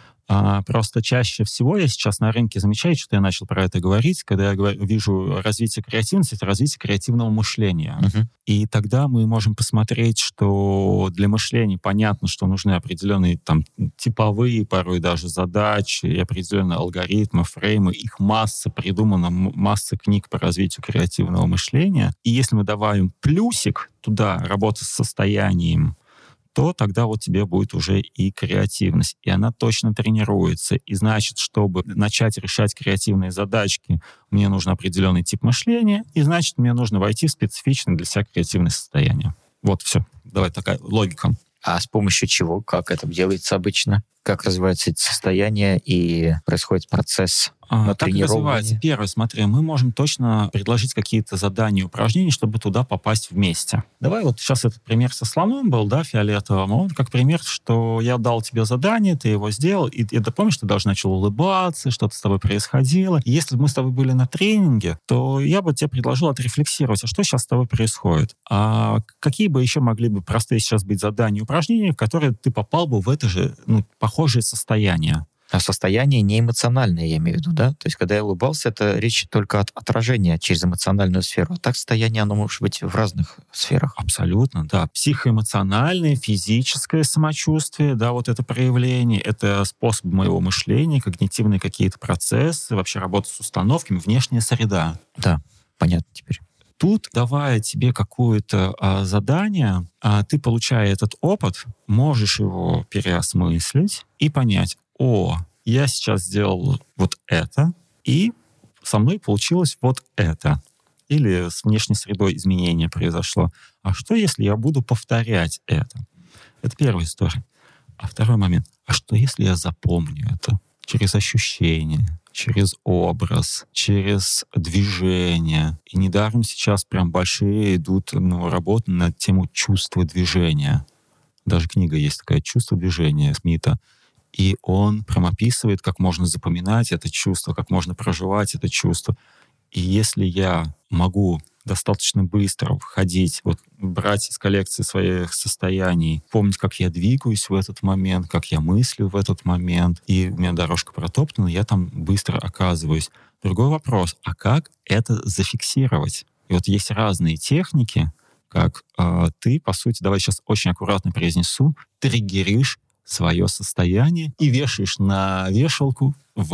А, просто чаще всего я сейчас на рынке замечаю, что я начал про это говорить, когда я говорю, вижу развитие креативности, это развитие креативного мышления. Uh-huh. И тогда мы можем посмотреть, что для мышления понятно, что нужны определенные там типовые, порой даже задачи, и определенные алгоритмы, фреймы, их масса придумана, масса книг по развитию креативного мышления. И если мы добавим плюсик туда, работа с состоянием, то тогда вот тебе будет уже и креативность. И она точно тренируется. И значит, чтобы начать решать креативные задачки, мне нужен определенный тип мышления, и значит, мне нужно войти в специфичное для себя креативное состояние. Вот все. Давай такая логика. А с помощью чего? Как это делается обычно? Как развиваются эти состояния и происходит процесс а, так и развивается. Первое, смотри, мы можем точно предложить какие-то задания, упражнения, чтобы туда попасть вместе. Давай вот сейчас этот пример со слоном был, да, фиолетовым. Он как пример, что я дал тебе задание, ты его сделал, и, и ты помнишь, ты даже начал улыбаться, что-то с тобой происходило. И если бы мы с тобой были на тренинге, то я бы тебе предложил отрефлексировать, а что сейчас с тобой происходит? А какие бы еще могли бы простые сейчас быть задания, упражнения, в которые ты попал бы в это же, ну, похожее состояние? А состояние не эмоциональное, я имею в виду, да? То есть, когда я улыбался, это речь только от отражения через эмоциональную сферу. А так состояние, оно может быть в разных сферах. Абсолютно, да. Психоэмоциональное, физическое самочувствие, да, вот это проявление, это способ моего мышления, когнитивные какие-то процессы, вообще работа с установками, внешняя среда. Да, понятно теперь. Тут, давая тебе какое-то а, задание, а, ты, получая этот опыт, можешь его переосмыслить и понять: о, я сейчас сделал вот это, и со мной получилось вот это. Или с внешней средой изменение произошло. А что, если я буду повторять это? Это первая история. А второй момент. А что, если я запомню это через ощущение, через образ, через движение? И недаром сейчас прям большие идут, ну, работы на тему чувства движения. Даже книга есть такая «Чувство движения» Смита. И он прям описывает, как можно запоминать это чувство, как можно проживать это чувство. И если я могу достаточно быстро входить, вот, брать из коллекции своих состояний, помнить, как я двигаюсь в этот момент, как я мыслю в этот момент, и у меня дорожка протоптана, я там быстро оказываюсь. Другой вопрос, а как это зафиксировать? И вот есть разные техники, как э, ты, по сути, давай сейчас очень аккуратно произнесу, триггеришь свое состояние и вешаешь на вешалку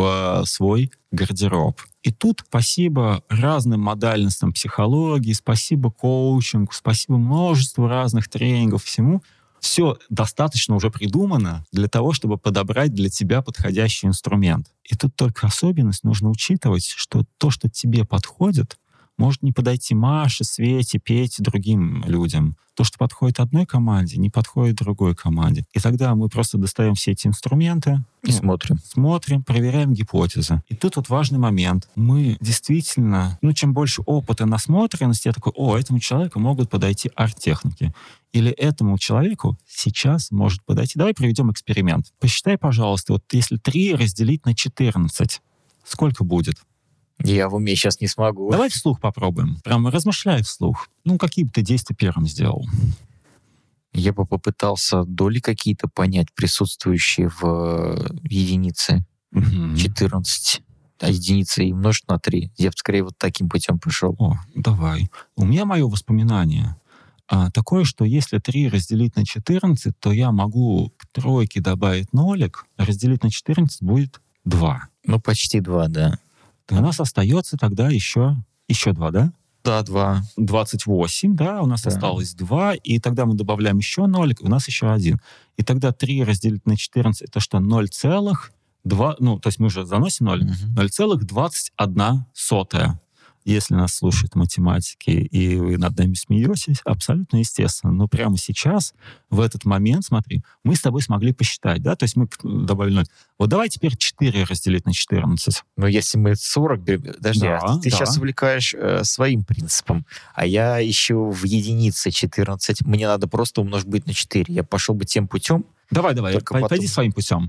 в свой гардероб. И тут спасибо разным модальностям психологии, спасибо коучингу, спасибо множеству разных тренингов, всему, Все достаточно уже придумано для того, чтобы подобрать для тебя подходящий инструмент. И тут только особенность нужно учитывать, что то, что тебе подходит, может не подойти Маше, Свете, Пете, другим людям. То, что подходит одной команде, не подходит другой команде. И тогда мы просто достаем все эти инструменты и ну, смотрим. Смотрим, проверяем гипотезы. И тут вот важный момент. Мы действительно, ну, чем больше опыта, насмотренности, я такой, о, этому человеку могут подойти арт-техники. Или этому человеку сейчас может подойти. Давай проведем эксперимент. Посчитай, пожалуйста, вот если три разделить на четырнадцать, сколько будет? Я в уме сейчас не смогу. Давай вслух попробуем. Прямо размышляй вслух. Ну, какие бы ты действия первым сделал? Я бы попытался доли какие-то понять, присутствующие в единице. Mm-hmm. четырнадцать. А единица и умножить на три. Я бы скорее вот таким путем пошел. О, давай. У меня мое воспоминание а, такое, что если три разделить на четырнадцать, то я могу к тройке добавить нолик, разделить на четырнадцать будет два. Ну, почти два, да. У нас остается тогда еще, еще два, да? Да, два. двадцать восемь, да, у нас да. осталось два, и тогда мы добавляем еще нолик, у нас еще один. И тогда три разделить на четырнадцать, это что, ноль целых два, ну, то есть мы уже заносим ноль, угу. ноль целых двадцать одна сотая. Если нас слушают математики, и вы над нами смеетесь, абсолютно естественно. Но прямо сейчас, в этот момент, смотри, мы с тобой смогли посчитать, да? То есть мы добавили ноль. Вот давай теперь четыре разделить на четырнадцать. Ну, если мы сорок... Подожди, да, а ты да. сейчас увлекаешь э, своим принципом, а я ищу в единице четырнадцать. Мне надо просто умножить быть на четыре. Я пошел бы тем путем. Давай, давай, пойди потом... своим путем.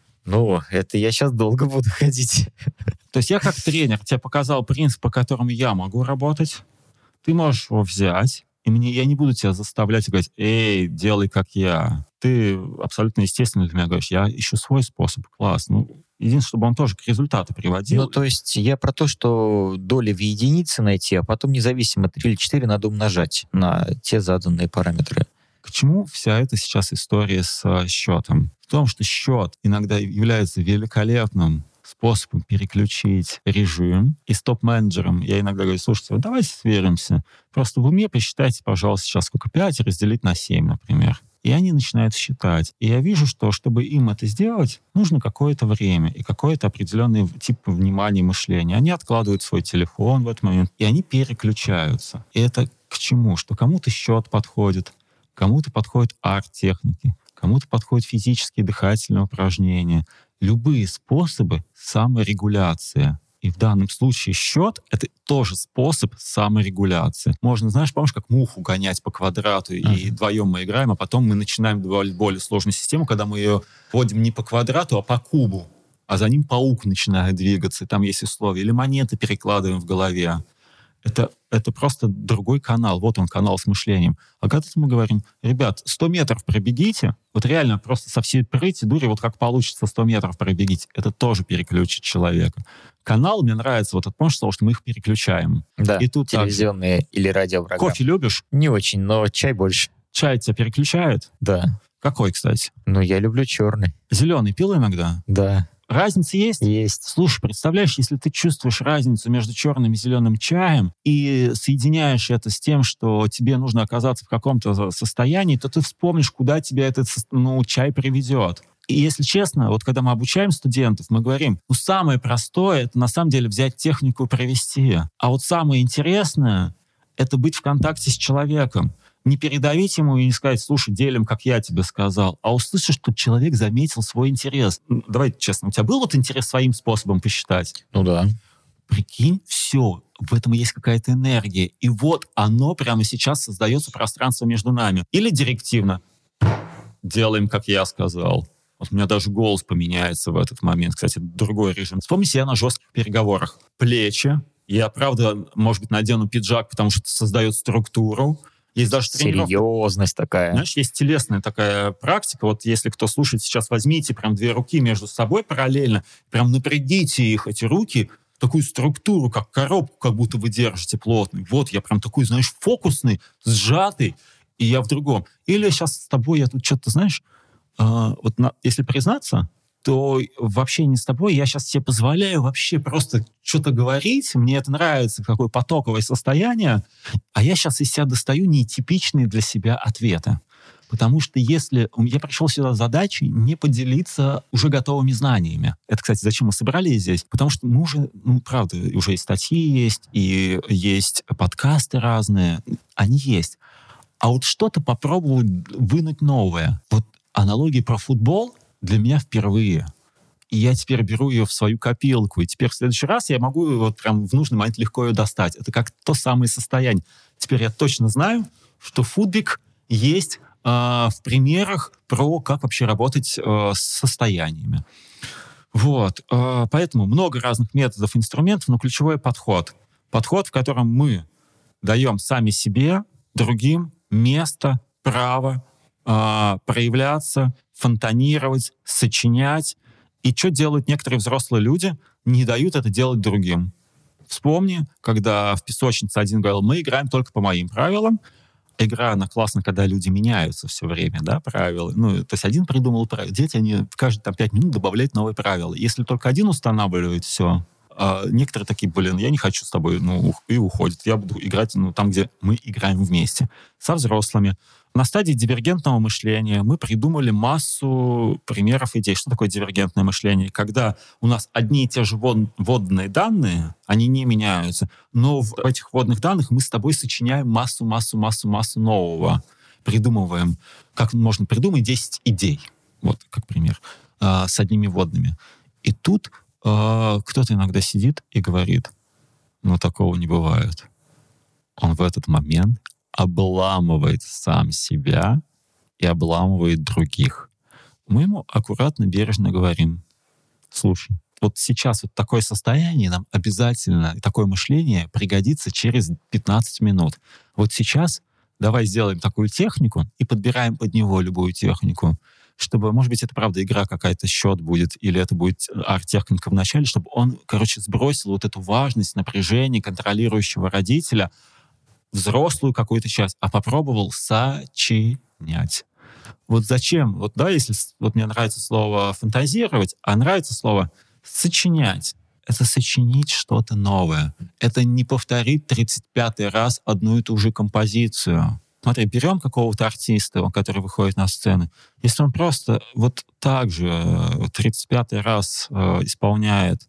Ну, это я сейчас долго буду ходить. То есть я как тренер тебе показал принцип, по которому я могу работать. Ты можешь его взять, и мне, я не буду тебя заставлять и говорить, эй, делай как я. Ты абсолютно естественно для меня говоришь, я ищу свой способ, класс. Ну, единственное, чтобы он тоже к результату приводил. Ну, то есть я про то, что доли в единице найти, а потом независимо три или четыре надо умножать на те заданные параметры. К чему вся эта сейчас история с uh, счетом? В том, что счет иногда является великолепным способом переключить режим. И с топ-менеджером я иногда говорю, слушайте, вот давайте сверимся. Просто в уме посчитайте, пожалуйста, сейчас сколько пять разделить на семь, например. И они начинают считать. И я вижу, что чтобы им это сделать, нужно какое-то время и какой-то определенный тип внимания и мышления. Они откладывают свой телефон в этот момент, и они переключаются. И это к чему? Что кому-то счет подходит, кому-то подходят арт-техники, кому-то подходят физические дыхательные упражнения. Любые способы саморегуляции. И в данном случае счет — это тоже способ саморегуляции. Можно, знаешь, помнишь, как муху гонять по квадрату, uh-huh. и вдвоем мы играем, а потом мы начинаем более сложную систему, когда мы ее вводим не по квадрату, а по кубу. А за ним паук начинает двигаться, и там есть условия. Или монеты перекладываем в голове. Это, это просто другой канал. Вот он, канал с мышлением. А когда мы говорим, ребят, сто метров пробегите, вот реально просто со всей прыти, дури, вот как получится сто метров пробегите, это тоже переключит человека. Канал мне нравится, вот это, помнишь, слово, что мы их переключаем. Да, и тут телевизионные также. Или радиопрограммы. Кофе любишь? Не очень, но чай больше. Чай тебя переключает? Да. Какой, кстати? Ну, я люблю черный. Зеленый пил иногда? Да. Разница есть? Есть. Слушай, представляешь, если ты чувствуешь разницу между черным и зеленым чаем и соединяешь это с тем, что тебе нужно оказаться в каком-то состоянии, то ты вспомнишь, куда тебя этот ну, чай приведет. И если честно, вот когда мы обучаем студентов, мы говорим, ну самое простое — это на самом деле взять технику и провести. А вот самое интересное — это быть в контакте с человеком. Не передавить ему и не сказать, слушай, делим, как я тебе сказал, а услышать, что человек заметил свой интерес. Давай честно, у тебя был вот интерес своим способом посчитать? Ну да. Прикинь, все, в этом есть какая-то энергия. И вот оно прямо сейчас создается пространство между нами. Или директивно. Делаем, как я сказал. Вот у меня даже голос поменяется в этот момент. Кстати, другой режим. Вспомни себя на жестких переговорах. Плечи. Я, правда, может быть, надену пиджак, потому что это создает структуру. Есть даже серьезность такая. Знаешь, есть телесная такая практика. Вот если кто слушает сейчас, возьмите прям две руки между собой параллельно, прям напрягите их, эти руки, такую структуру, как коробку, как будто вы держите плотный. Вот я прям такой, знаешь, фокусный, сжатый, и я в другом. Или сейчас с тобой я тут что-то, знаешь, э, вот на, если признаться, то в общении с тобой я сейчас тебе позволяю вообще просто что-то говорить, мне это нравится, какое потоковое состояние, а я сейчас из себя достаю нетипичные для себя ответы. Потому что если... Я пришел сюда с задачей не поделиться уже готовыми знаниями. Это, кстати, зачем мы собрались здесь? Потому что мы уже, ну, правда, уже и статьи есть, и есть подкасты разные. Они есть. А вот что-то попробовать вынуть новое. Вот аналогия про футбол для меня впервые. И я теперь беру ее в свою копилку. И теперь в следующий раз я могу вот прям в нужный момент легко ее достать. Это как то самое состояние. Теперь я точно знаю, что футбик есть э, в примерах про как вообще работать э, с состояниями. Вот. Э, поэтому много разных методов, инструментов, но ключевой подход. Подход, в котором мы даем сами себе, другим место, право э, проявляться, фонтанировать, сочинять. И что делают некоторые взрослые люди? Не дают это делать другим. Вспомни, когда в песочнице один говорил, мы играем только по моим правилам. Игра, она классно, когда люди меняются все время, да, правила. Ну, то есть один придумал правила. Дети, они каждые там, пять минут добавляют новые правила. Если только один устанавливает все, а некоторые такие, блин, я не хочу с тобой, ну, и уходят. Я буду играть, ну, там, где мы играем вместе. Со взрослыми. На стадии дивергентного мышления мы придумали массу примеров идей. Что такое дивергентное мышление? Когда у нас одни и те же вводные данные, они не меняются, но в этих вводных данных мы с тобой сочиняем массу, массу, массу, массу нового. Придумываем, как можно придумать десять идей. Вот, как пример. Э, с одними вводными. И тут э, кто-то иногда сидит и говорит, ну, такого не бывает. Он в этот момент обламывает сам себя и обламывает других. Мы ему аккуратно, бережно говорим, слушай, вот сейчас вот такое состояние нам обязательно, такое мышление пригодится через пятнадцать минут. Вот сейчас давай сделаем такую технику и подбираем под него любую технику, чтобы, может быть, это правда игра какая-то, счет будет, или это будет арт-техника в начале, чтобы он, короче, сбросил вот эту важность, напряжение контролирующего родителя, взрослую какую-то часть, а попробовал сочинять. Вот зачем? Вот да, если вот мне нравится слово фантазировать, а нравится слово сочинять. Это сочинить что-то новое. Это не повторить тридцать пятый раз одну и ту же композицию. Смотри, берем какого-то артиста, который выходит на сцену. Если он просто вот так же тридцать пятый раз э, исполняет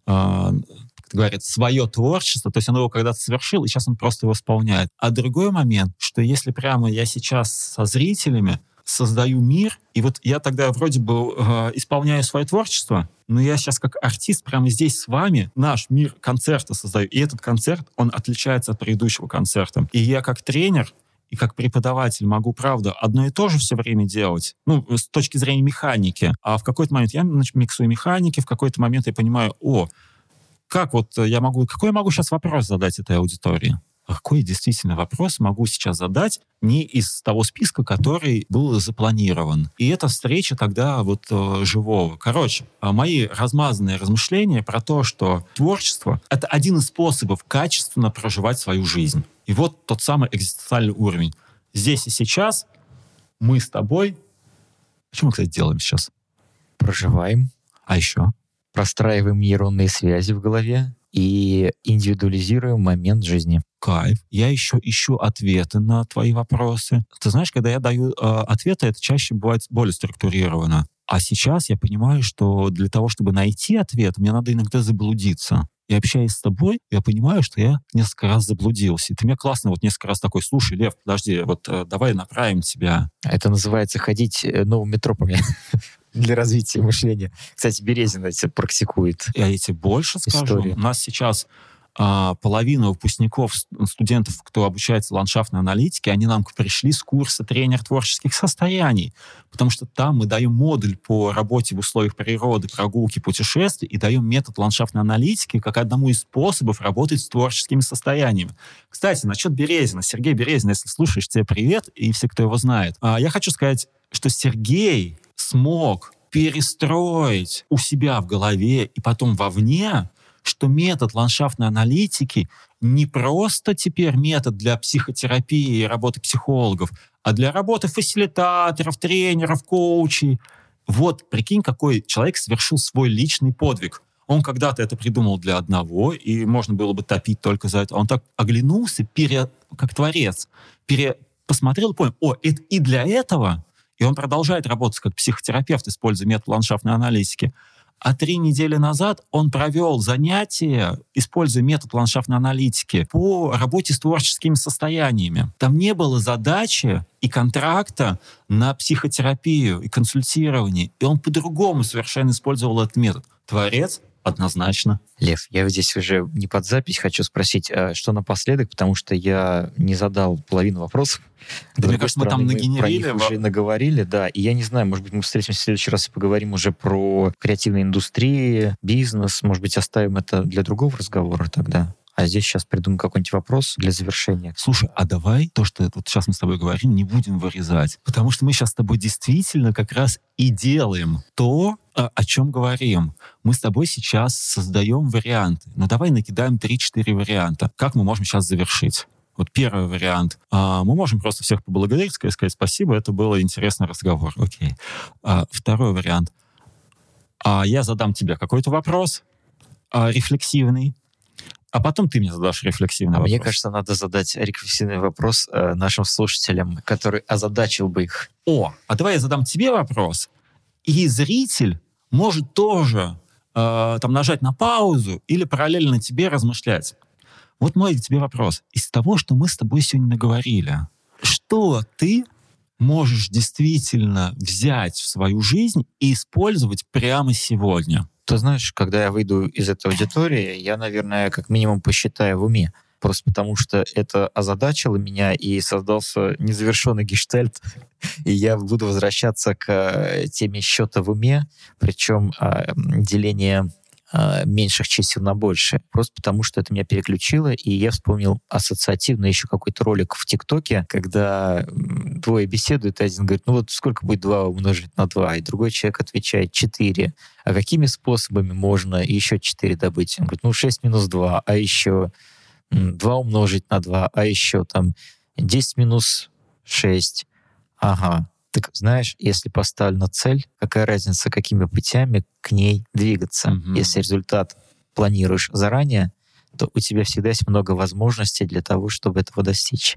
э, говорит, свое творчество, то есть он его когда-то совершил, и сейчас он просто его исполняет. А другой момент, что если прямо я сейчас со зрителями создаю мир, и вот я тогда вроде бы э, исполняю свое творчество, но я сейчас как артист прямо здесь с вами наш мир концерта создаю, и этот концерт, он отличается от предыдущего концерта. И я как тренер и как преподаватель могу, правда, одно и то же все время делать, ну, с точки зрения механики, а в какой-то момент я значит, миксую механики, в какой-то момент я понимаю, о, как вот я могу, какой я могу сейчас вопрос задать этой аудитории? А какой действительно вопрос могу сейчас задать не из того списка, который был запланирован? И эта встреча тогда вот э, живого. Короче, мои размазанные размышления про то, что творчество — это один из способов качественно проживать свою жизнь. И вот тот самый экзистенциальный уровень. Здесь и сейчас мы с тобой... Что мы, кстати, делаем сейчас? Проживаем. А еще? Простраиваем нейронные связи в голове и индивидуализируем момент жизни. Кайф. Я еще ищу ответы на твои вопросы. Ты знаешь, когда я даю э, ответы, это чаще бывает более структурировано. А сейчас я понимаю, что для того, чтобы найти ответ, мне надо иногда заблудиться. И общаясь с тобой, я понимаю, что я несколько раз заблудился. И ты мне классно вот несколько раз такой, слушай, Лев, подожди, вот э, давай направим тебя. Это называется ходить новыми тропами для развития мышления. Кстати, Березин это практикует. Я тебе больше скажу. Историю. У нас сейчас а, половина выпускников, студентов, кто обучается ландшафтной аналитике, они нам пришли с курса «Тренер творческих состояний», потому что там мы даем модуль по работе в условиях природы, прогулки, путешествий и даем метод ландшафтной аналитики как одному из способов работать с творческими состояниями. Кстати, насчет Березина. Сергей Березин, если слушаешь, тебе привет, и все, кто его знает. А, я хочу сказать, что Сергей смог перестроить у себя в голове и потом вовне, что метод ландшафтной аналитики не просто теперь метод для психотерапии и работы психологов, а для работы фасилитаторов, тренеров, коучей. Вот, прикинь, какой человек совершил свой личный подвиг. Он когда-то это придумал для одного, и можно было бы топить только за это. Он так оглянулся, пере, как творец, пере, посмотрел и понял, о, это и для этого, и он продолжает работать как психотерапевт, используя метод ландшафтной аналитики. А три недели назад он провел занятия, используя метод ландшафтной аналитики, по работе с творческими состояниями. Там не было задачи и контракта на психотерапию и консультирование. И он по-другому совершенно использовал этот метод. Творец однозначно. Лев, я здесь уже не под запись хочу спросить, а что напоследок, потому что я не задал половину вопросов. Да, мне кажется, мы там нагенерили. Мы про них уже наговорили, да. И я не знаю, может быть, мы встретимся в следующий раз и поговорим уже про креативные индустрии, бизнес. Может быть, оставим это для другого разговора тогда. А здесь сейчас придумаю какой-нибудь вопрос для завершения. Слушай, а давай то, что вот сейчас мы с тобой говорим, не будем вырезать. Потому что мы сейчас с тобой действительно как раз и делаем то, о чем говорим. Мы с тобой сейчас создаем варианты. Ну, давай накидаем три-четыре варианта. Как мы можем сейчас завершить? Вот первый вариант. А, мы можем просто всех поблагодарить, сказать, сказать спасибо, это был интересный разговор. Окей. А, второй вариант. А, я задам тебе какой-то вопрос а, рефлексивный, а потом ты мне задашь рефлексивный а вопрос. Мне кажется, надо задать рефлексивный вопрос э, нашим слушателям, который озадачил бы их. О, а давай я задам тебе вопрос, и зритель может тоже э, там нажать на паузу или параллельно тебе размышлять. Вот мой к тебе вопрос. Из того, что мы с тобой сегодня наговорили, что ты можешь действительно взять в свою жизнь и использовать прямо сегодня? Ты знаешь, когда я выйду из этой аудитории, я, наверное, как минимум посчитаю в уме. Просто потому что это озадачило меня, и создался незавершенный гештальт, и я буду возвращаться к теме счета в уме, причем э, деление э, меньших чисел на большее. Просто потому что это меня переключило, и я вспомнил ассоциативно еще какой-то ролик в ТикТоке, когда двое беседуют, и один говорит, ну вот сколько будет два умножить на два, и другой человек отвечает четыре. А какими способами можно еще четыре добыть? Он говорит, ну шесть минус два, а еще два умножить на два, а еще там десять минус шесть. Ага. Так знаешь, если поставлена цель, какая разница, какими путями к ней двигаться? Mm-hmm. Если результат планируешь заранее, то у тебя всегда есть много возможностей для того, чтобы этого достичь.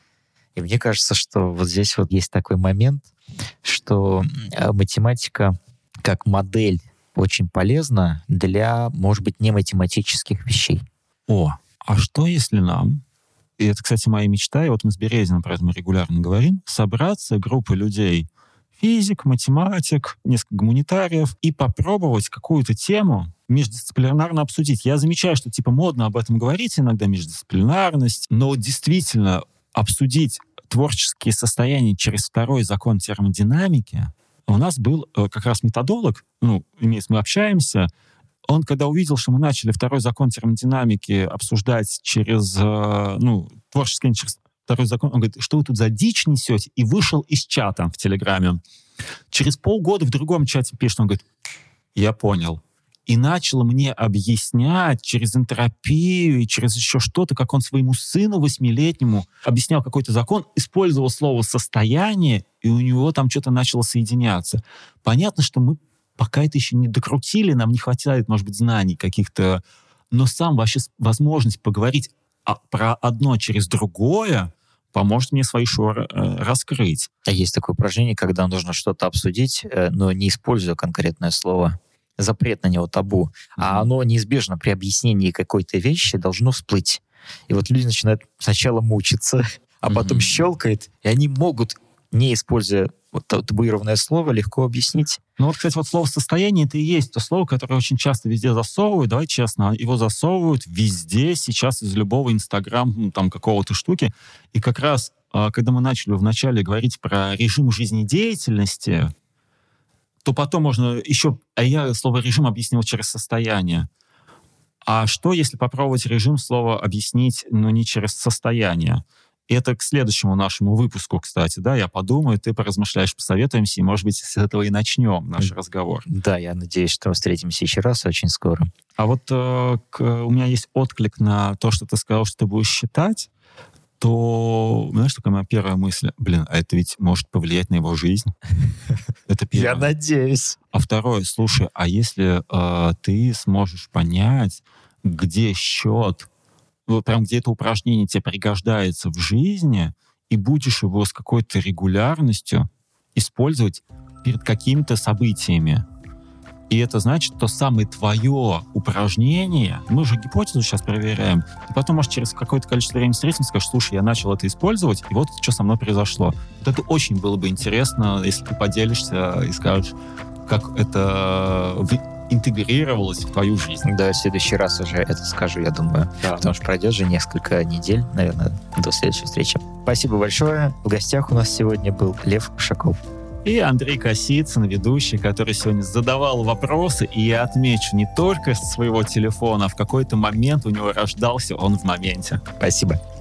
И мне кажется, что вот здесь вот есть такой момент, что математика как модель очень полезна для, может быть, не математических вещей. О, а что если нам, и это, кстати, моя мечта, и вот мы с Березиным про это мы регулярно говорим, собраться группой людей, физик, математик, несколько гуманитариев, и попробовать какую-то тему междисциплинарно обсудить. Я замечаю, что типа модно об этом говорить иногда, междисциплинарность, но действительно обсудить творческие состояния через второй закон термодинамики. У нас был э, как раз методолог, ну, мы общаемся, он, когда увидел, что мы начали второй закон термодинамики обсуждать через, э, ну, творческий через второй закон, он говорит, что вы тут за дичь несете? И вышел из чата в Телеграме. Через полгода в другом чате пишет, он говорит, я понял. И начал мне объяснять через энтропию и через еще что-то, как он своему сыну восьмилетнему объяснял какой-то закон, использовал слово «состояние», и у него там что-то начало соединяться. Понятно, что мы пока это еще не докрутили, нам не хватает, может быть, знаний каких-то, но сам вообще возможность поговорить о, про одно через другое поможет мне свои шоры э, раскрыть. А есть такое упражнение, когда нужно что-то обсудить, э, но не используя конкретное слово. Запрет на него, табу. Mm-hmm. А оно неизбежно при объяснении какой-то вещи должно всплыть. И вот люди начинают сначала мучиться, а потом mm-hmm. щелкает, и они могут, не используя вот табуированное слово, легко объяснить. Ну вот, кстати, вот слово «состояние» — это и есть то слово, которое очень часто везде засовывают. Давай честно, его засовывают везде сейчас из любого Инстаграма, ну, там, какого-то штуки. И как раз, когда мы начали вначале говорить про режим жизнедеятельности, то потом можно еще... А я слово «режим» объяснил через «состояние». А что, если попробовать режим слова объяснить, но не через «состояние»? И это к следующему нашему выпуску, кстати, да, я подумаю, ты поразмышляешь, посоветуемся, и, может быть, с этого и начнем наш разговор. Да, я надеюсь, что мы встретимся еще раз очень скоро. А вот э, к, у меня есть отклик на то, что ты сказал, что ты будешь считать, то, знаешь, такая моя первая мысль, блин, а это ведь может повлиять на его жизнь. Это первое. Я надеюсь. А второе, слушай, а если э, ты сможешь понять, где счет, вот прям где это упражнение тебе пригождается в жизни, и будешь его с какой-то регулярностью использовать перед какими-то событиями. И это значит, то самое твое упражнение, мы же гипотезу сейчас проверяем, и потом, может, через какое-то количество времени встретимся и скажешь, слушай, я начал это использовать, и вот что со мной произошло. Вот это очень было бы интересно, если ты поделишься и скажешь, как это интегрировалось в твою жизнь. Да, в следующий раз уже это скажу, я думаю. Да. Потому что пройдет же несколько недель, наверное, до следующей встречи. Спасибо большое. В гостях у нас сегодня был Лев Ушаков. И Андрей Косицын, ведущий, который сегодня задавал вопросы, и я отмечу, не только с своего телефона, а в какой-то момент у него рождался он в моменте. Спасибо.